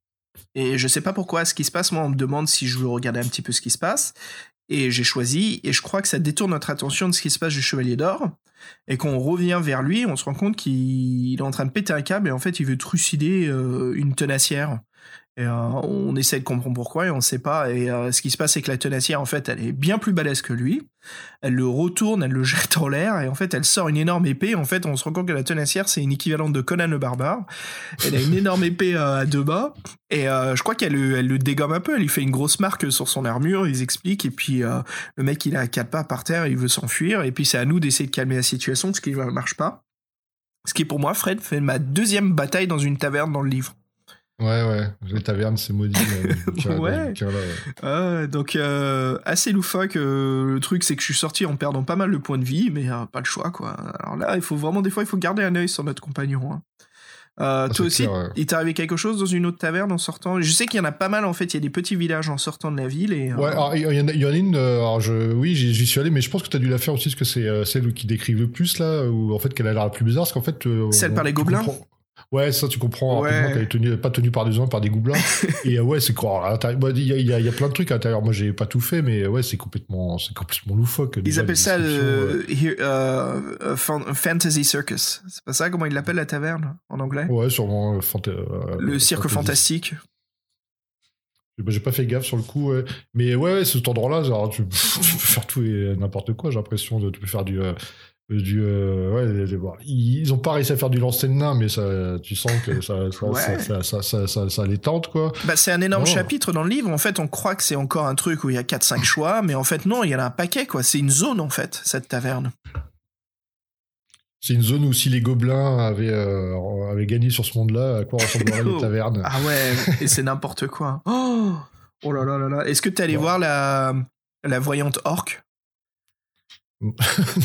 et je sais pas pourquoi, ce qui se passe, moi on me demande si je veux regarder un petit peu ce qui se passe, et j'ai choisi, et je crois que ça détourne notre attention de ce qui se passe du Chevalier d'Or, et quand on revient vers lui, on se rend compte qu'il est en train de péter un câble, et en fait il veut trucider euh, une tenacière. Et euh, on essaie de comprendre pourquoi et on sait pas. Et euh, ce qui se passe, c'est que la tenacière, en fait, elle est bien plus balèze que lui. Elle le retourne, elle le jette en l'air et en fait, elle sort une énorme épée. En fait, on se rend compte que la tenacière, c'est une équivalente de Conan le barbare. Elle a une énorme épée euh, à deux bas et euh, je crois qu'elle elle le dégomme un peu. Elle lui fait une grosse marque sur son armure. Ils expliquent et puis euh, le mec, il a quatre pas par terre, il veut s'enfuir et puis c'est à nous d'essayer de calmer la situation, ce qui ne marche pas. Ce qui, pour moi, Fred, fait ma deuxième bataille dans une taverne dans le livre. Ouais, ouais, les tavernes, c'est maudit. Euh, ouais. Là, ouais. Euh, donc, euh, assez loufoque. Euh, le truc, c'est que je suis sorti en perdant pas mal de points de vie, mais euh, pas le choix, quoi. Alors là, il faut vraiment, des fois, il faut garder un œil sur notre compagnon. Hein. Euh, ah, toi aussi, clair, ouais. Il t'est arrivé quelque chose dans une autre taverne en sortant? Je sais qu'il y en a pas mal, en fait. Il y a des petits villages en sortant de la ville. Et, euh... Ouais, alors, il y, en a, il y en a une. Alors je, oui, j'y, j'y suis allé, mais je pense que t'as dû la faire aussi, parce que c'est euh, celle qui décrive le plus, là, où en fait, qu'elle a l'air la plus bizarre, parce qu'en fait. Euh, celle on, par les gobelins? Comprends... Ouais, ça tu comprends ouais. rapidement qu'elle est tenue, pas tenue par des hommes, par des goublins. Et euh, ouais, c'est quoi? Il y, y, y a plein de trucs à l'intérieur. Moi, j'ai pas tout fait, mais ouais, c'est complètement, c'est complètement loufoque. Ils appellent ça le euh, uh, Fantasy Circus. C'est pas ça comment ils l'appellent la taverne en anglais? Ouais, sûrement. Euh, fanta- euh, le cirque fantasy. fantastique. J'ai pas fait gaffe sur le coup, ouais. Mais ouais, ouais, cet endroit-là, genre, tu, tu peux faire tout et n'importe quoi. J'ai l'impression de, tu peux faire du. Euh, Du, euh, ouais, les, bon, ils ont pas réussi à faire du lancer de nain, mais ça, tu sens que ça, ça, ouais. ça, ça, ça, ça, ça, ça les tente, quoi. Bah, c'est un énorme non. chapitre dans le livre. En fait, on croit que c'est encore un truc où il y a quatre cinq choix, mais en fait, non, il y en a un paquet, quoi. C'est une zone, en fait, cette taverne. C'est une zone où si les gobelins avaient, euh, avaient gagné sur ce monde-là, à quoi ressembleraient les tavernes? Ah ouais, et c'est n'importe quoi. Oh, oh là là là là. Est-ce que t'es allé ouais. voir la, la voyante orque? Non.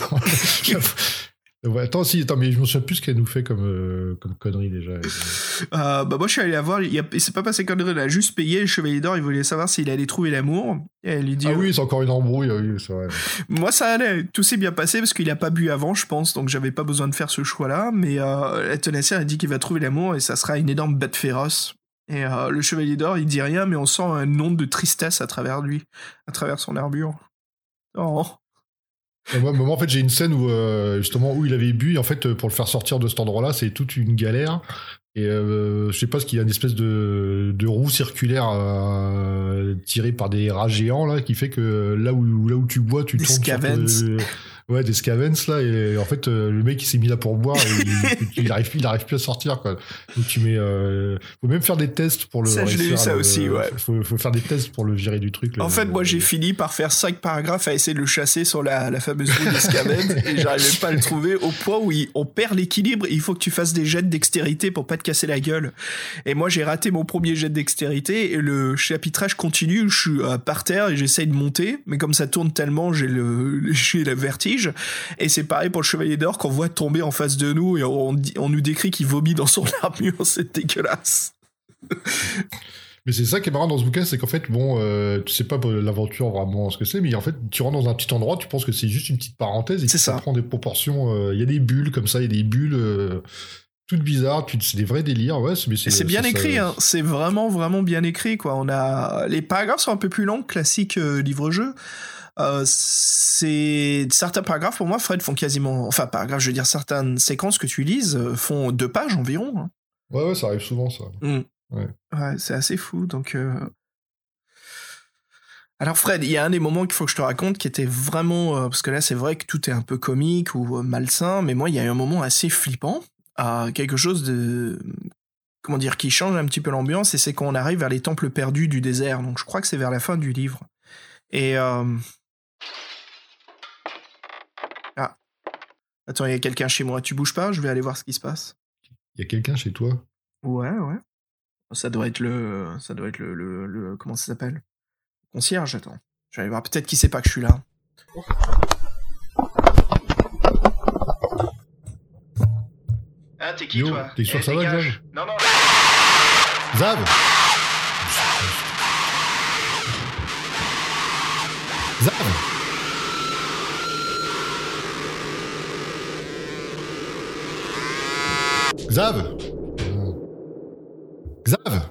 Ouais, attends, si, attends, mais je me souviens plus ce qu'elle nous fait comme, euh, comme connerie déjà. Euh, bah moi je suis allé la voir, il, a, il s'est pas passé connerie, il a juste payé le Chevalier d'Or, il voulait savoir s'il allait trouver l'amour. Et elle lui dit, ah oui, c'est encore une embrouille, oui, c'est vrai. Moi ça allait, tout s'est bien passé parce qu'il a pas bu avant, je pense, donc j'avais pas besoin de faire ce choix-là, mais euh, la tenacière, elle dit qu'il va trouver l'amour et ça sera une énorme bête féroce. Et euh, le Chevalier d'Or, il dit rien, mais on sent un onde de tristesse à travers lui, à travers son armure. Oh. Moi, moi, en fait, j'ai une scène où euh, justement où il avait bu. Et en fait, pour le faire sortir de cet endroit-là, c'est toute une galère. Et euh, je sais pas ce qu'il y a une espèce de, de roue circulaire euh, tirée par des rats géants là, qui fait que là où là où tu bois, tu des tombes scavens. sur le, ouais, des scavens là. Et en fait, euh, le mec il s'est mis là pour boire. Et il, il arrive, il arrive plus à sortir quoi. Donc tu mets, euh, faut même faire des tests pour le. Ça, je l'ai eu ça le, aussi, ouais. Faut, faut faire des tests pour le virer du truc. En le, fait, le, moi, le... j'ai fini par faire cinq paragraphes à essayer de le chasser sur la, la fameuse roue des scavens et j'arrivais pas à le trouver au point où il, on perd l'équilibre. Il faut que tu fasses des jets de dextérité pour pas te casser la gueule. Et moi, j'ai raté mon premier jet de dextérité et le chapitrage continue. Je suis euh, par terre et j'essaye de monter, mais comme ça tourne tellement, j'ai le, j'ai le vertige. Et c'est pareil pour le Chevalier d'Or qu'on voit tomber en face de nous et on, on nous décrit qu'il vomit dans son armure. C'est dégueulasse. Mais c'est ça qui est marrant dans ce bouquin, c'est qu'en fait, bon, euh, tu sais pas l'aventure vraiment ce que c'est, mais en fait, tu rentres dans un petit endroit, tu penses que c'est juste une petite parenthèse et que ça prend des proportions. Il euh, y a des bulles comme ça, il y a des bulles euh, toutes bizarres, c'est des vrais délires, ouais. Mais c'est, c'est bien c'est, écrit, ça... hein, c'est vraiment vraiment bien écrit, quoi. On a les paragraphes sont un peu plus longs, classique euh, livre-jeu. Euh, c'est certains paragraphes pour moi, Fred, font quasiment, enfin paragraphes, je veux dire certaines séquences que tu lises font deux pages environ. Hein. Ouais, ouais, ça arrive souvent, ça. Mm. Ouais. Ouais, c'est assez fou, donc... Euh... Alors Fred, il y a un des moments qu'il faut que je te raconte qui était vraiment... Euh, parce que là, c'est vrai que tout est un peu comique ou euh, malsain, mais moi, il y a eu un moment assez flippant, euh, quelque chose de... comment dire, qui change un petit peu l'ambiance, et c'est quand on arrive vers les temples perdus du désert. Donc je crois que c'est vers la fin du livre. Et euh... ah, attends, il y a quelqu'un chez moi. Tu bouges pas, je vais aller voir ce qui se passe. Il y a quelqu'un chez toi? Ouais, ouais. Ça doit être le, ça doit être le, le, le... comment ça s'appelle? Le concierge. Attends, je vais aller voir. Peut-être qu'il sait pas que je suis là. Ah, t'es qui, Yo, toi? t'es sûr Eh, que ça va, dégage. Zav? Non, non. Zav Zav Zav Zav